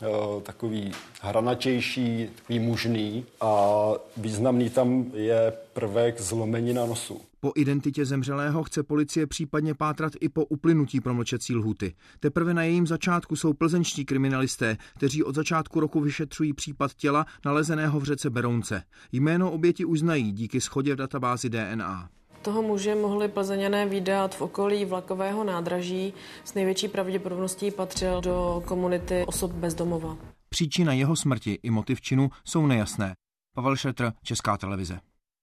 takový hranatější, takový mužný a významný tam je prvek zlomenina nosu. Po identitě zemřelého chce policie případně pátrat i po uplynutí promlčecí lhůty. Teprve na jejím začátku jsou plzeňští kriminalisté, kteří od začátku roku vyšetřují případ těla nalezeného v řece Berounce. Jméno oběti už znají díky shodě v databázi D N A. Toho muže mohli Plzeňané vídat v okolí vlakového nádraží. S největší pravděpodobností patřil do komunity osob bez domova. Příčina jeho smrti i motiv činu jsou nejasné. Pavel Šetr, Česká televize.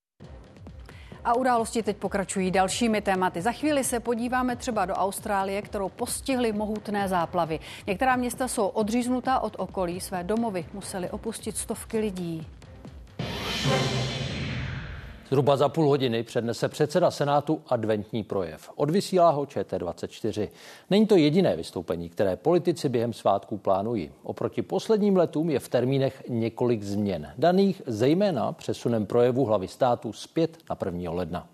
A události teď pokračují dalšími tématy. Za chvíli se podíváme třeba do Austrálie, kterou postihly mohutné záplavy. Některá města jsou odříznutá od okolí, své domovy museli opustit stovky lidí. Zhruba za půl hodiny přednese předseda Senátu adventní projev. Odvysílá ho Č T dvacet čtyři. Není to jediné vystoupení, které politici během svátků plánují. Oproti posledním letům je v termínech několik změn, daných zejména přesunem projevu hlavy státu zpět na prvního ledna.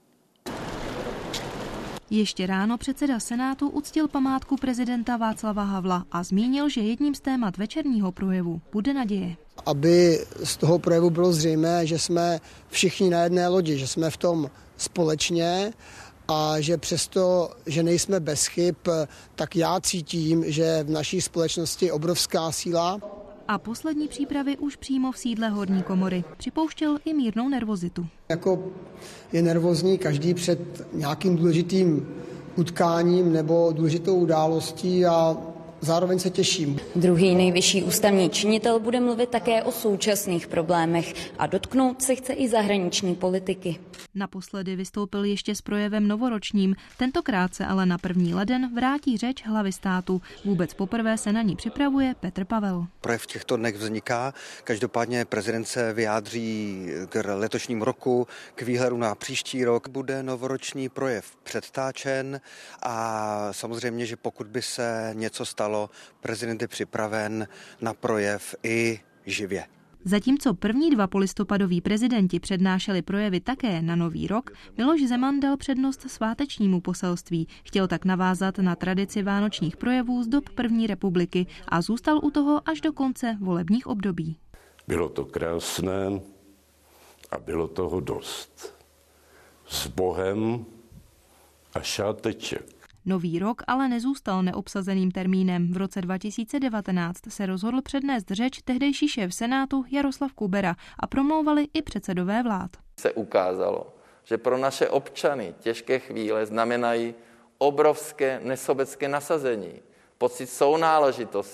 Ještě ráno předseda Senátu uctil památku prezidenta Václava Havla a zmínil, že jedním z témat večerního projevu bude naděje. Aby z toho projevu bylo zřejmé, že jsme všichni na jedné lodi, že jsme v tom společně a že přesto, že nejsme bez chyb, tak já cítím, že v naší společnosti je obrovská síla. A poslední přípravy už přímo v sídle horní komory. Připouštěl i mírnou nervozitu. Jako je nervózní každý před nějakým důležitým utkáním nebo důležitou událostí a zároveň se těším. Druhý nejvyšší ústavní činitel bude mluvit také o současných problémech a dotknout se chce i zahraniční politiky. Naposledy vystoupil ještě s projevem novoročním, tentokrát se ale na první leden vrátí řeč hlavy státu. Vůbec poprvé se na ní připravuje Petr Pavel. Projev v těchto dnech vzniká, každopádně prezident se vyjádří k letošnímu roku, k výhledu na příští rok. Bude novoroční projev předtáčen a samozřejmě, že pokud by se něco stalo, prezident je připraven na projev i živě. Zatímco první dva polistopadoví prezidenti přednášeli projevy také na Nový rok, Miloš Zeman dal přednost svátečnímu poselství. Chtěl tak navázat na tradici vánočních projevů z dob první republiky a zůstal u toho až do konce volebních období. Bylo to krásné a bylo toho dost. S Bohem a šáteček. Nový rok ale nezůstal neobsazeným termínem. V roce dva tisíce devatenáct se rozhodl přednést řeč tehdejší šéf Senátu Jaroslav Kubera a promlouvali i předsedové vlád. Se ukázalo, že pro naše občany těžké chvíle znamenají obrovské nesobecké nasazení, pocit sounáležitosti.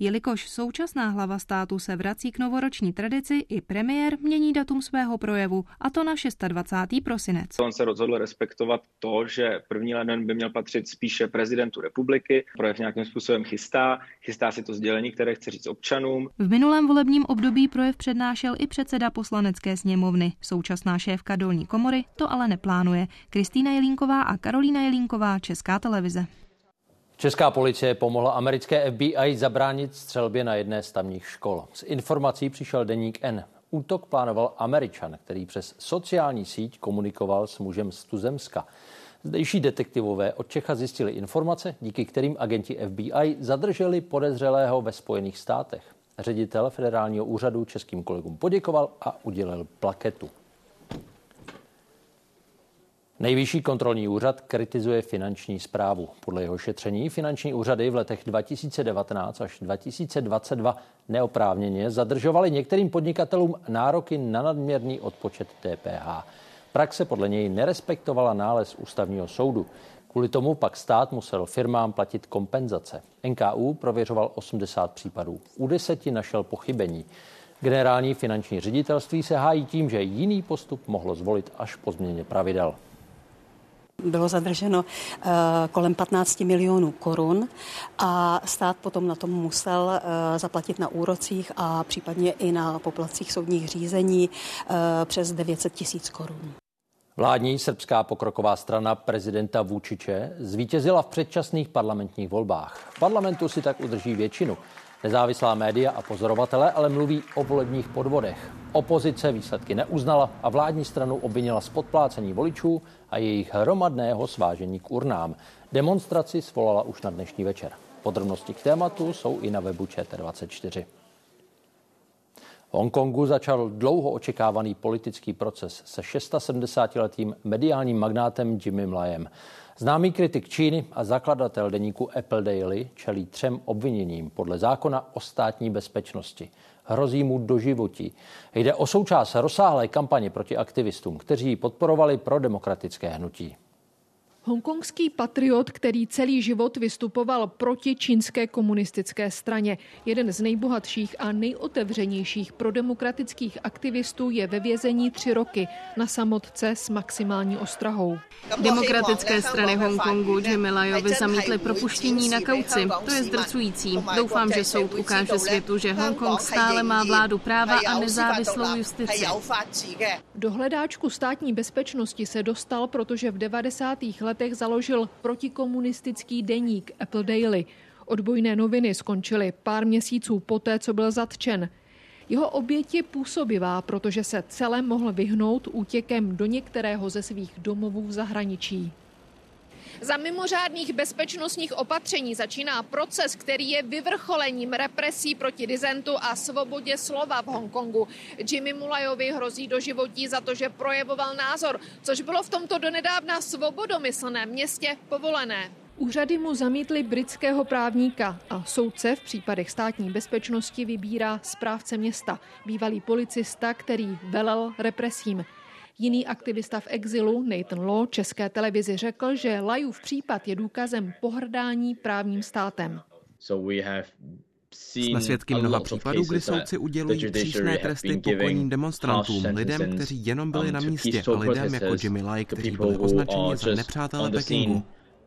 Jelikož současná hlava státu se vrací k novoroční tradici, i premiér mění datum svého projevu, a to na dvacátého šestého prosinec. On se rozhodl respektovat to, že první leden by měl patřit spíše prezidentu republiky. Projev nějakým způsobem chystá, chystá si to sdělení, které chce říct občanům. V minulém volebním období projev přednášel i předseda Poslanecké sněmovny. Současná šéfka dolní komory to ale neplánuje. Kristýna Jelínková a Karolína Jelínková, Česká televize. Česká policie pomohla americké F B I zabránit střelbě na jedné z tamních škol. Z informací přišel deník N. Útok plánoval Američan, který přes sociální síť komunikoval s mužem z tuzemska. Zdejší detektivové od Čecha zjistili informace, díky kterým agenti F B I zadrželi podezřelého ve Spojených státech. Ředitel Federálního úřadu českým kolegům poděkoval a udělil plaketu. Nejvyšší kontrolní úřad kritizuje finanční správu. Podle jeho šetření finanční úřady v letech dva tisíce devatenáct až dva tisíce dvacet dva neoprávněně zadržovaly některým podnikatelům nároky na nadměrný odpočet D P H. Praxe podle něj nerespektovala nález ústavního soudu. Kvůli tomu pak stát musel firmám platit kompenzace. N K U prověřoval osmdesát případů. U deseti našel pochybení. Generální finanční ředitelství se hájí tím, že jiný postup mohlo zvolit až po změně pravidel. Bylo zadrženo uh, kolem patnáct milionů korun a stát potom na tom musel uh, zaplatit na úrocích a případně i na poplatcích soudních řízení uh, přes devět set tisíc korun. Vládní srbská pokroková strana prezidenta Vučiče zvítězila v předčasných parlamentních volbách. V parlamentu si tak udrží většinu. Nezávislá média a pozorovatele ale mluví o volebních podvodech. Opozice výsledky neuznala a vládní stranu obvinila z podplácení voličů a jejich hromadného svážení k urnám. Demonstraci svolala už na dnešní večer. Podrobnosti k tématu jsou i na webu Č T dvacet čtyři. V Hongkongu začal dlouho očekávaný politický proces se sedmdesátišestiletým mediálním magnátem Jimmym Layem. Známý kritik Číny a zakladatel deníku Apple Daily čelí třem obviněním podle zákona o státní bezpečnosti. Hrozí mu doživotí. Jde o součást rozsáhlé kampaně proti aktivistům, kteří podporovali prodemokratické hnutí. Hongkongský patriot, který celý život vystupoval proti čínské komunistické straně. Jeden z nejbohatších a nejotevřenějších prodemokratických aktivistů je ve vězení tři roky na samotce s maximální ostrahou. Demokratické strany Hongkongu Jimmy Layovi zamítly propuštění na kauci. To je zdrcující. Doufám, že soud ukáže světu, že Hongkong stále má vládu práva a nezávislou justici. Do hledáčku státní bezpečnosti se dostal, protože v devadesátých letech založil protikomunistický deník Apple Daily. Odbojné noviny skončily pár měsíců poté, co byl zatčen. Jeho oběť je působivá, protože se celé mohl vyhnout útěkem do některého ze svých domovů v zahraničí. Za mimořádných bezpečnostních opatření začíná proces, který je vyvrcholením represí proti disentu a svobodě slova v Hongkongu. Jimmy Layovi hrozí doživotí za to, že projevoval názor, což bylo v tomto donedávna svobodomyslném městě povolené. Úřady mu zamítly britského právníka a soudce v případech státní bezpečnosti vybírá správce města, bývalý policista, který velel represím. Jiný aktivista v exilu, Nathan Law, České televizi řekl, že Layův případ je důkazem pohrdání právním státem. Jsme svědky mnoha případů, kdy soudci udělují přísné tresty pokojným demonstrantům, lidem, kteří jenom byli na místě, a lidem jako Jimmy Lai, kteří byli označeni za nepřátele Pekingu.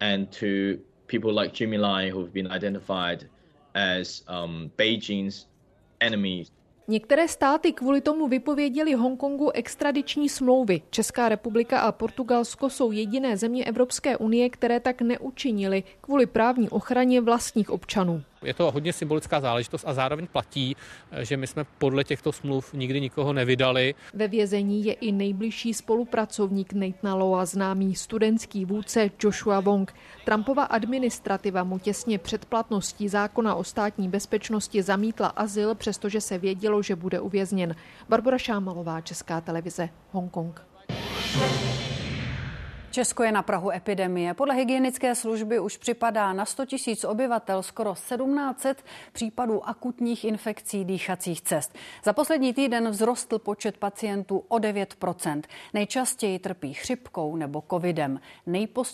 Některé státy kvůli tomu vypověděly Hongkongu extradiční smlouvy. Česká republika a Portugalsko jsou jediné země Evropské unie, které tak neučinily kvůli právní ochraně vlastních občanů. Je to hodně symbolická záležitost a zároveň platí, že my jsme podle těchto smluv nikdy nikoho nevydali. Ve vězení je i nejbližší spolupracovník Nathana Lawa, známý studentský vůdce Joshua Wong. Trumpova administrativa mu těsně před platností zákona o státní bezpečnosti zamítla azyl, přestože se vědělo, že bude uvězněn. Barbora Šámalová, Česká televize, Hongkong. Česko je na prahu epidemie. Podle hygienické služby už připadá na sto tisíc obyvatel skoro sedmnáct set případů akutních infekcí dýchacích cest. Za poslední týden vzrostl počet pacientů o devět procent. Nejčastěji trpí chřipkou nebo covidem.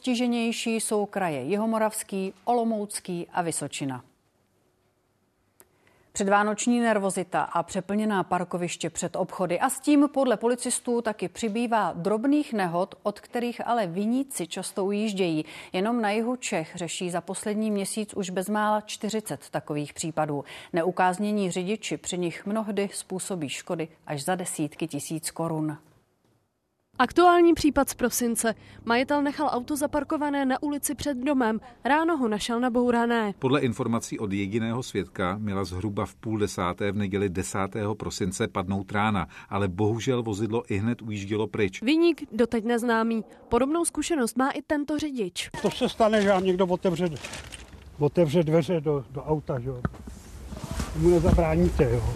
Nejpostiženější jsou kraje Jihomoravský, Olomoucký a Vysočina. Předvánoční nervozita a přeplněná parkoviště před obchody a s tím podle policistů taky přibývá drobných nehod, od kterých ale viníci často ujíždějí. Jenom na jihu Čech řeší za poslední měsíc už bezmála čtyřicet takových případů. Neukáznění řidiči při nich mnohdy způsobí škody až za desítky tisíc korun. Aktuální případ z prosince. Majitel nechal auto zaparkované na ulici před domem. Ráno ho našel nabourané. Podle informací od jediného svědka měla zhruba v půl desáté v neděli desátého prosince padnout rána, ale bohužel vozidlo ihned ujíždělo pryč. Viník doteď neznámý. Podobnou zkušenost má i tento řidič. To se stane, že vám někdo otevře, otevře dveře do, do auta, že jo. Mu nezabráníte, jo.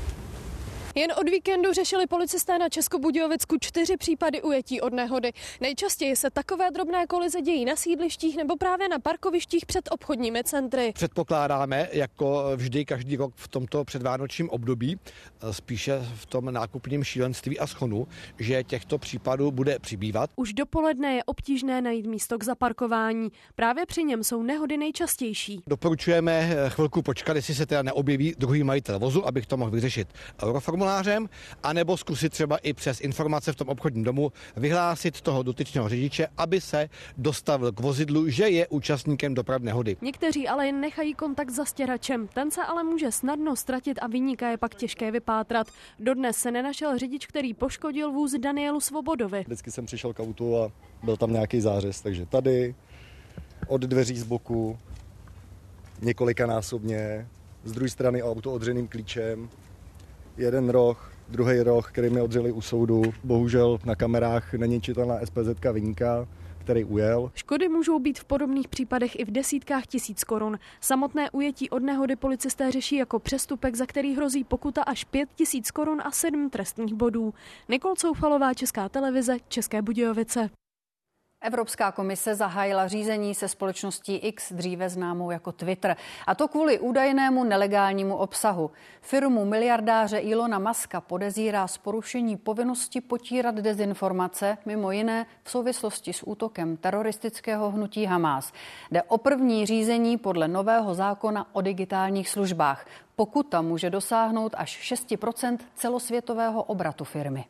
Jen od víkendu řešili policisté na Českobudějovicku čtyři případy ujetí od nehody. Nejčastěji se takové drobné kolize dějí na sídlištích nebo právě na parkovištích před obchodními centry. Předpokládáme, jako vždy každý rok v tomto předvánočním období, spíše v tom nákupním šílenství a schonu, že těchto případů bude přibývat. Už dopoledne je obtížné najít místo k zaparkování. Právě při něm jsou nehody nejčastější. Doporučujeme chvilku počkat, jestli se teda neobjeví druhý majitel vozu, abych to mohl vyřešit euroformulářem, anebo zkusit třeba i přes informace v tom obchodním domu vyhlásit toho dotyčného řidiče, aby se dostavil k vozidlu, že je účastníkem dopravní nehody. Někteří ale jen nechají kontakt za stěračem. Ten se ale může snadno ztratit a viníka je pak těžké vypátrat. Dodnes se nenašel řidič, který poškodil vůz Danielu Svobodovi. Vždycky jsem přišel k autu a byl tam nějaký zářez, takže tady od dveří z boku několikanásobně, z druhé strany auto odřeným klíčem, jeden roh, druhý roh, který mi odřeli u soudu. Bohužel na kamerách není čitelná es pé zetka viníka, který ujel. Škody můžou být v podobných případech i v desítkách tisíc korun. Samotné ujetí od nehody policisté řeší jako přestupek, za který hrozí pokuta až pět tisíc korun a sedm trestních bodů. Nikol Coufalová, Česká televize, České Budějovice. Evropská komise zahájila řízení se společností X, dříve známou jako Twitter. A to kvůli údajnému nelegálnímu obsahu. Firmu miliardáře Elona Muska podezírá z porušení povinnosti potírat dezinformace, mimo jiné v souvislosti s útokem teroristického hnutí Hamás. Jde o první řízení podle nového zákona o digitálních službách. Pokuta může dosáhnout až šest procent celosvětového obratu firmy.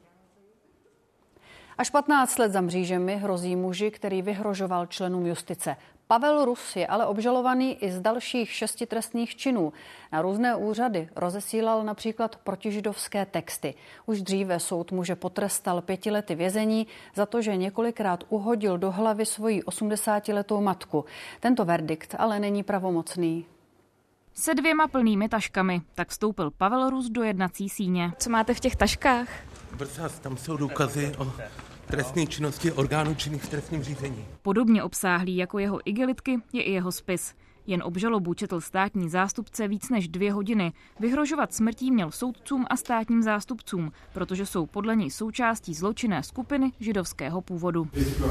Až patnáct let za mřížemi hrozí muži, který vyhrožoval členům justice. Pavel Rus je ale obžalovaný i z dalších šesti trestných činů. Na různé úřady rozesílal například protižidovské texty. Už dříve soud muže potrestal pěti lety vězení za to, že několikrát uhodil do hlavy svoji osmdesátiletou matku. Tento verdikt ale není pravomocný. Se dvěma plnými taškami tak vstoupil Pavel Rus do jednací síně. Co máte v těch taškách? Brzás, tam jsou důkazy o trestné činnosti orgánů činných v trestním řízení. Podobně obsáhlý jako jeho igelitky je i jeho spis. Jen obžalobu četl státní zástupce víc než dvě hodiny. Vyhrožovat smrtí měl soudcům a státním zástupcům, protože jsou podle něj součástí zločinné skupiny židovského původu.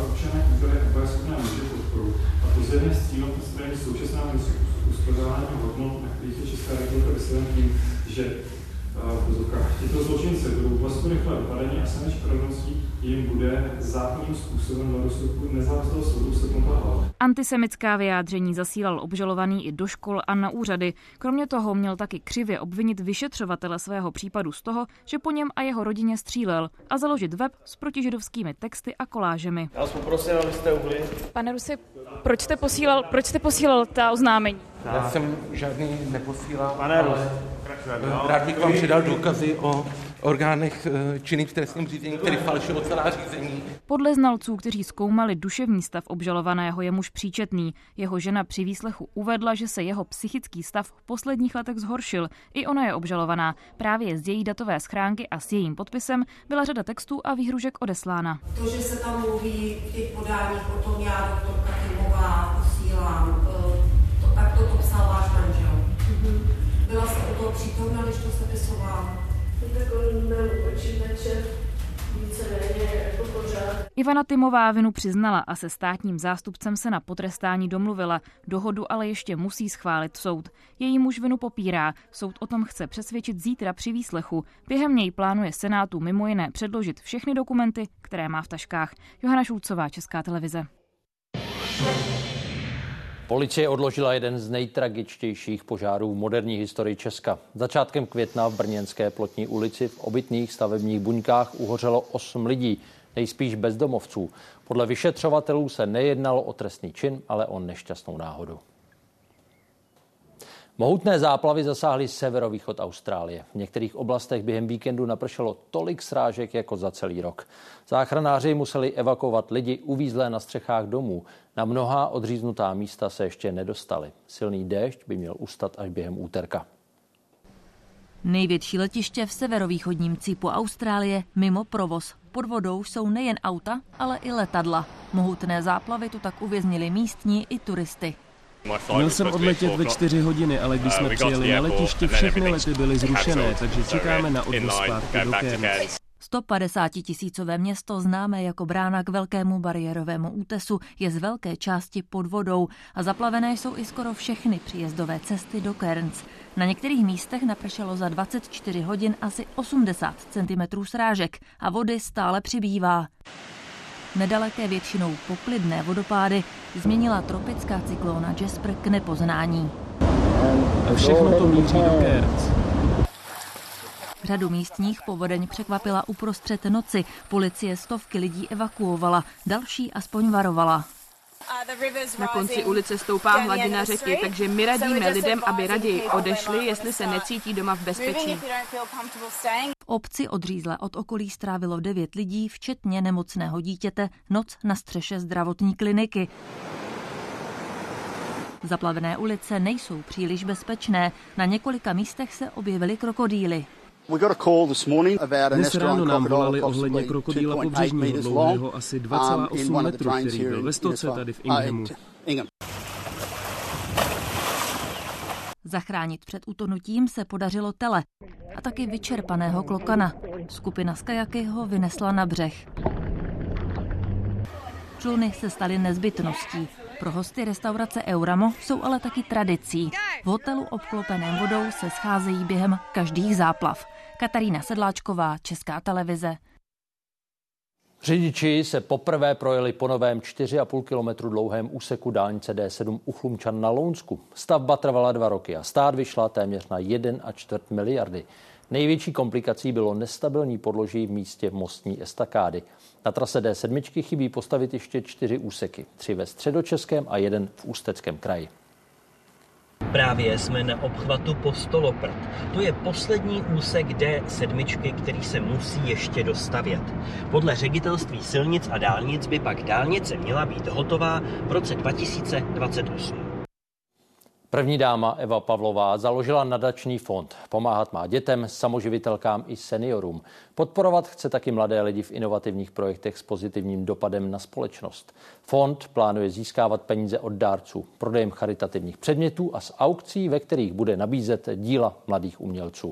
A to zjevně s cílem odstranit současná uspořádání hodnot, na kterých je Česká republika vystaven tím, že tyto zločinci budou vlastně rychle vypadení a samé spravedlností jim bude zákonným způsobem na rozsudku nezávislého soudu seknutá hlava. Antisemitská vyjádření zasílal obžalovaný i do škol a na úřady. Kromě toho měl taky křivě obvinit vyšetřovatele svého případu z toho, že po něm a jeho rodině střílel a založit web s protižidovskými texty a kolážemi. Já vás poprosím, abyste uhli. Pane Rusi, proč jste posílal, proč jste posílal ta oznámení? Já jsem žádný neposílal, Pane ale rád bych vám přidal důkazy o orgánech činných v trestním řízení, který falšují celá řízení. Podle znalců, kteří zkoumali duševní stav obžalovaného, je muž příčetný. Jeho žena při výslechu uvedla, že se jeho psychický stav v posledních letech zhoršil. I ona je obžalovaná. Právě z její datové schránky a s jejím podpisem byla řada textů a výhružek odeslána. To, že se tam mluví v těch podáních o tom, já doktorka Tymová posílám, to, tak to psal váš manžel. Mm-hmm. Byla jste u toho přítomna, když to sepisovala? Tak on byl počítače víceméně jako pořád. Ivana Tymová vinu přiznala a se státním zástupcem se na potrestání domluvila. Dohodu ale ještě musí schválit soud. Její muž vinu popírá. Soud o tom chce přesvědčit zítra při výslechu. Během něj plánuje Senátu mimo jiné předložit všechny dokumenty, které má v taškách. Johana Šulcová, Česká televize. Policie odložila jeden z nejtragičtějších požárů v moderní historii Česka. Začátkem května v brněnské Plotní ulici v obytných stavebních buňkách uhořelo osm lidí, nejspíš bezdomovců. Podle vyšetřovatelů se nejednalo o trestný čin, ale o nešťastnou náhodu. Mohutné záplavy zasáhly severovýchod Austrálie. V některých oblastech během víkendu napršelo tolik srážek jako za celý rok. Záchranáři museli evakuovat lidi uvízlé na střechách domů. Na mnohá odříznutá místa se ještě nedostali. Silný déšť by měl ustat až během úterka. Největší letiště v severovýchodním cípu Austrálie mimo provoz. Pod vodou jsou nejen auta, ale i letadla. Mohutné záplavy tu tak uvěznili místní i turisty. Měl jsem odletět ve čtyři hodiny, ale když jsme přijeli na letiště, všechny lety byly zrušené, takže čekáme na odvoz zpátky do Cairns. sto padesát tisícové město, známé jako brána k velkému bariérovému útesu, je z velké části pod vodou a zaplavené jsou i skoro všechny příjezdové cesty do Cairns. Na některých místech napršelo za dvacet čtyři hodin asi osmdesát centimetrů srážek a vody stále přibývá. Nedaleké většinou poklidné vodopády změnila tropická cyklóna Jasper k nepoznání. A všechno to míří do Cairns. Řadu místních povodeň překvapila uprostřed noci. Policie stovky lidí evakuovala, další aspoň varovala. Na konci ulice stoupá hladina řeky, takže my radíme lidem, aby raději odešli, jestli se necítí doma v bezpečí. V obci odřízle od okolí strávilo devět lidí, včetně nemocného dítěte, noc na střeše zdravotní kliniky. Zaplavené ulice nejsou příliš bezpečné. Na několika místech se objevily krokodýly. Dnes ráno nám volali ohledně krokodýla pobřežního dlouhého asi dva celá osm metrů, který byl ve stoce tady v Inghamu. Zachránit před utonutím se podařilo tele a taky vyčerpaného klokana. Skupina z kajaky ho vynesla na břeh. Čluny se staly nezbytností. Pro hosty restaurace Euramo jsou ale taky tradicí. V hotelu obklopeném vodou se scházejí během každých záplav. Katarína Sedláčková, Česká televize. Řidiči se poprvé projeli po novém čtyři a půl kilometru dlouhém úseku dálnice D sedm u Chlumčan na Lounsku. Stavba trvala dva roky a stát vyšla téměř na jeden a čtvrt miliardy. Největší komplikací bylo nestabilní podloží v místě mostní estakády. Na trase D sedm chybí postavit ještě čtyři úseky, tři ve Středočeském a jeden v Ústeckém kraji. Právě jsme na obchvatu Postoloprd. To je poslední úsek D sedm, který se musí ještě dostavět. Podle ředitelství silnic a dálnic by pak dálnice měla být hotová v roce dva tisíce dvacet osm. První dáma Eva Pavlová založila nadační fond. Pomáhat má dětem, samoživitelkám i seniorům. Podporovat chce taky mladé lidi v inovativních projektech s pozitivním dopadem na společnost. Fond plánuje získávat peníze od dárců, prodejem charitativních předmětů a z aukcí, ve kterých bude nabízet díla mladých umělců.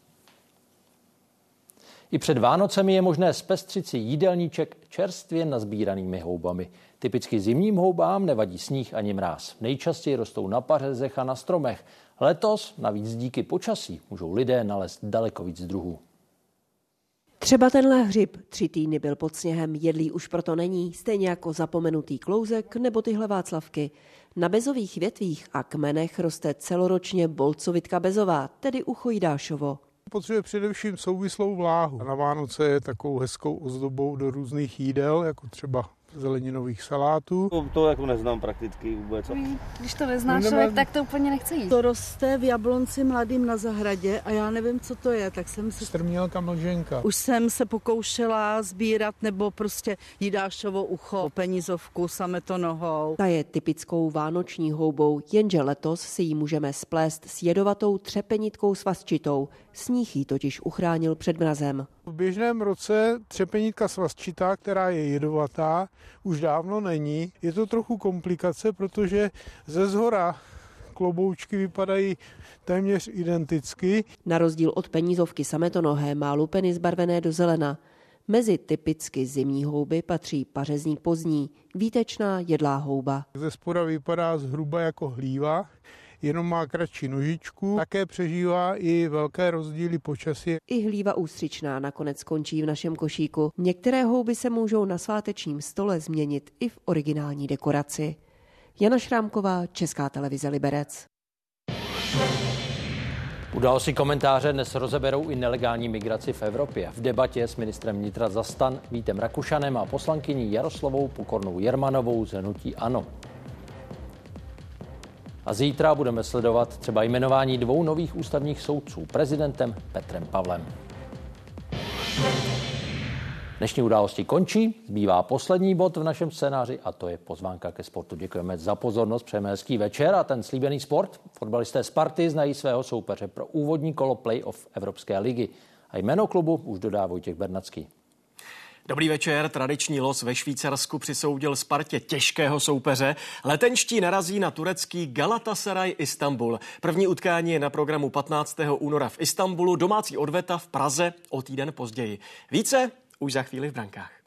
I před Vánocemi je možné zpestřit si jídelníček čerstvě nazbíranými houbami. Typicky zimním houbám nevadí sníh ani mráz. Nejčastěji rostou na pařezech a na stromech. Letos navíc díky počasí můžou lidé nalézt daleko víc druhů. Třeba tenhle hřib tři týdny byl pod sněhem, jedlý už proto není, stejně jako zapomenutý klouzek nebo tyhle václavky. Na bezových větvích a kmenech roste celoročně bolcovitka bezová, tedy ucho jídášovo. Potřebuje především souvislou vláhu. Na Vánoce je takovou hezkou ozdobou do různých jídel, jako třeba zeleninových salátů. To, to jako neznám prakticky vůbec. Když to nezná člověk, tak to úplně nechce jít. To roste v jablonci mladým na zahradě a já nevím, co to je, tak jsem si... Strmělka mlženka. Už jsem se pokoušela sbírat nebo prostě jídášovo ucho, penízovku, sametonohou. Ta je typickou vánoční houbou, jenže letos si ji můžeme splést s jedovatou třepenitkou svazčitou. Sníh ji totiž uchránil před mrazem. V běžném roce třepenitka svazčitá, která je jedovatá, už dávno není. Je to trochu komplikace, protože ze zhora kloboučky vypadají téměř identicky. Na rozdíl od penízovky sametonohé má lupeny zbarvené do zelena. Mezi typicky zimní houby patří pařezník pozdní, výtečná jedlá houba. Ze spoda vypadá zhruba jako hlíva, jenom má kratší nožičku, také přežívá i velké rozdíly počasí. I hlíva ústřičná nakonec skončí v našem košíku. Některé houby se můžou na svátečním stole změnit i v originální dekoraci. Jana Šrámková, Česká televize Liberec. Události komentáře dnes rozeberou i nelegální migraci v Evropě. V debatě s ministrem vnitra za STAN Vítem Rakušanem a poslankyní Jaroslavou Pokornou Jermanovou z hnutí ANO. A zítra budeme sledovat třeba jmenování dvou nových ústavních soudců prezidentem Petrem Pavlem. Dnešní události končí, zbývá poslední bod v našem scénáři a to je pozvánka ke sportu. Děkujeme za pozornost, přejeme hezký večer a ten slíbený sport. Fotbalisté Sparty znají svého soupeře pro úvodní kolo play-off Evropské ligy. A jméno klubu už dodá Vojtěch Bernacký. Dobrý večer, tradiční los ve Švýcarsku přisoudil Spartě těžkého soupeře. Letenští narazí na turecký Galatasaray Istanbul. První utkání je na programu patnáctého února v Istanbulu, domácí odveta v Praze o týden později. Více už za chvíli v brankách.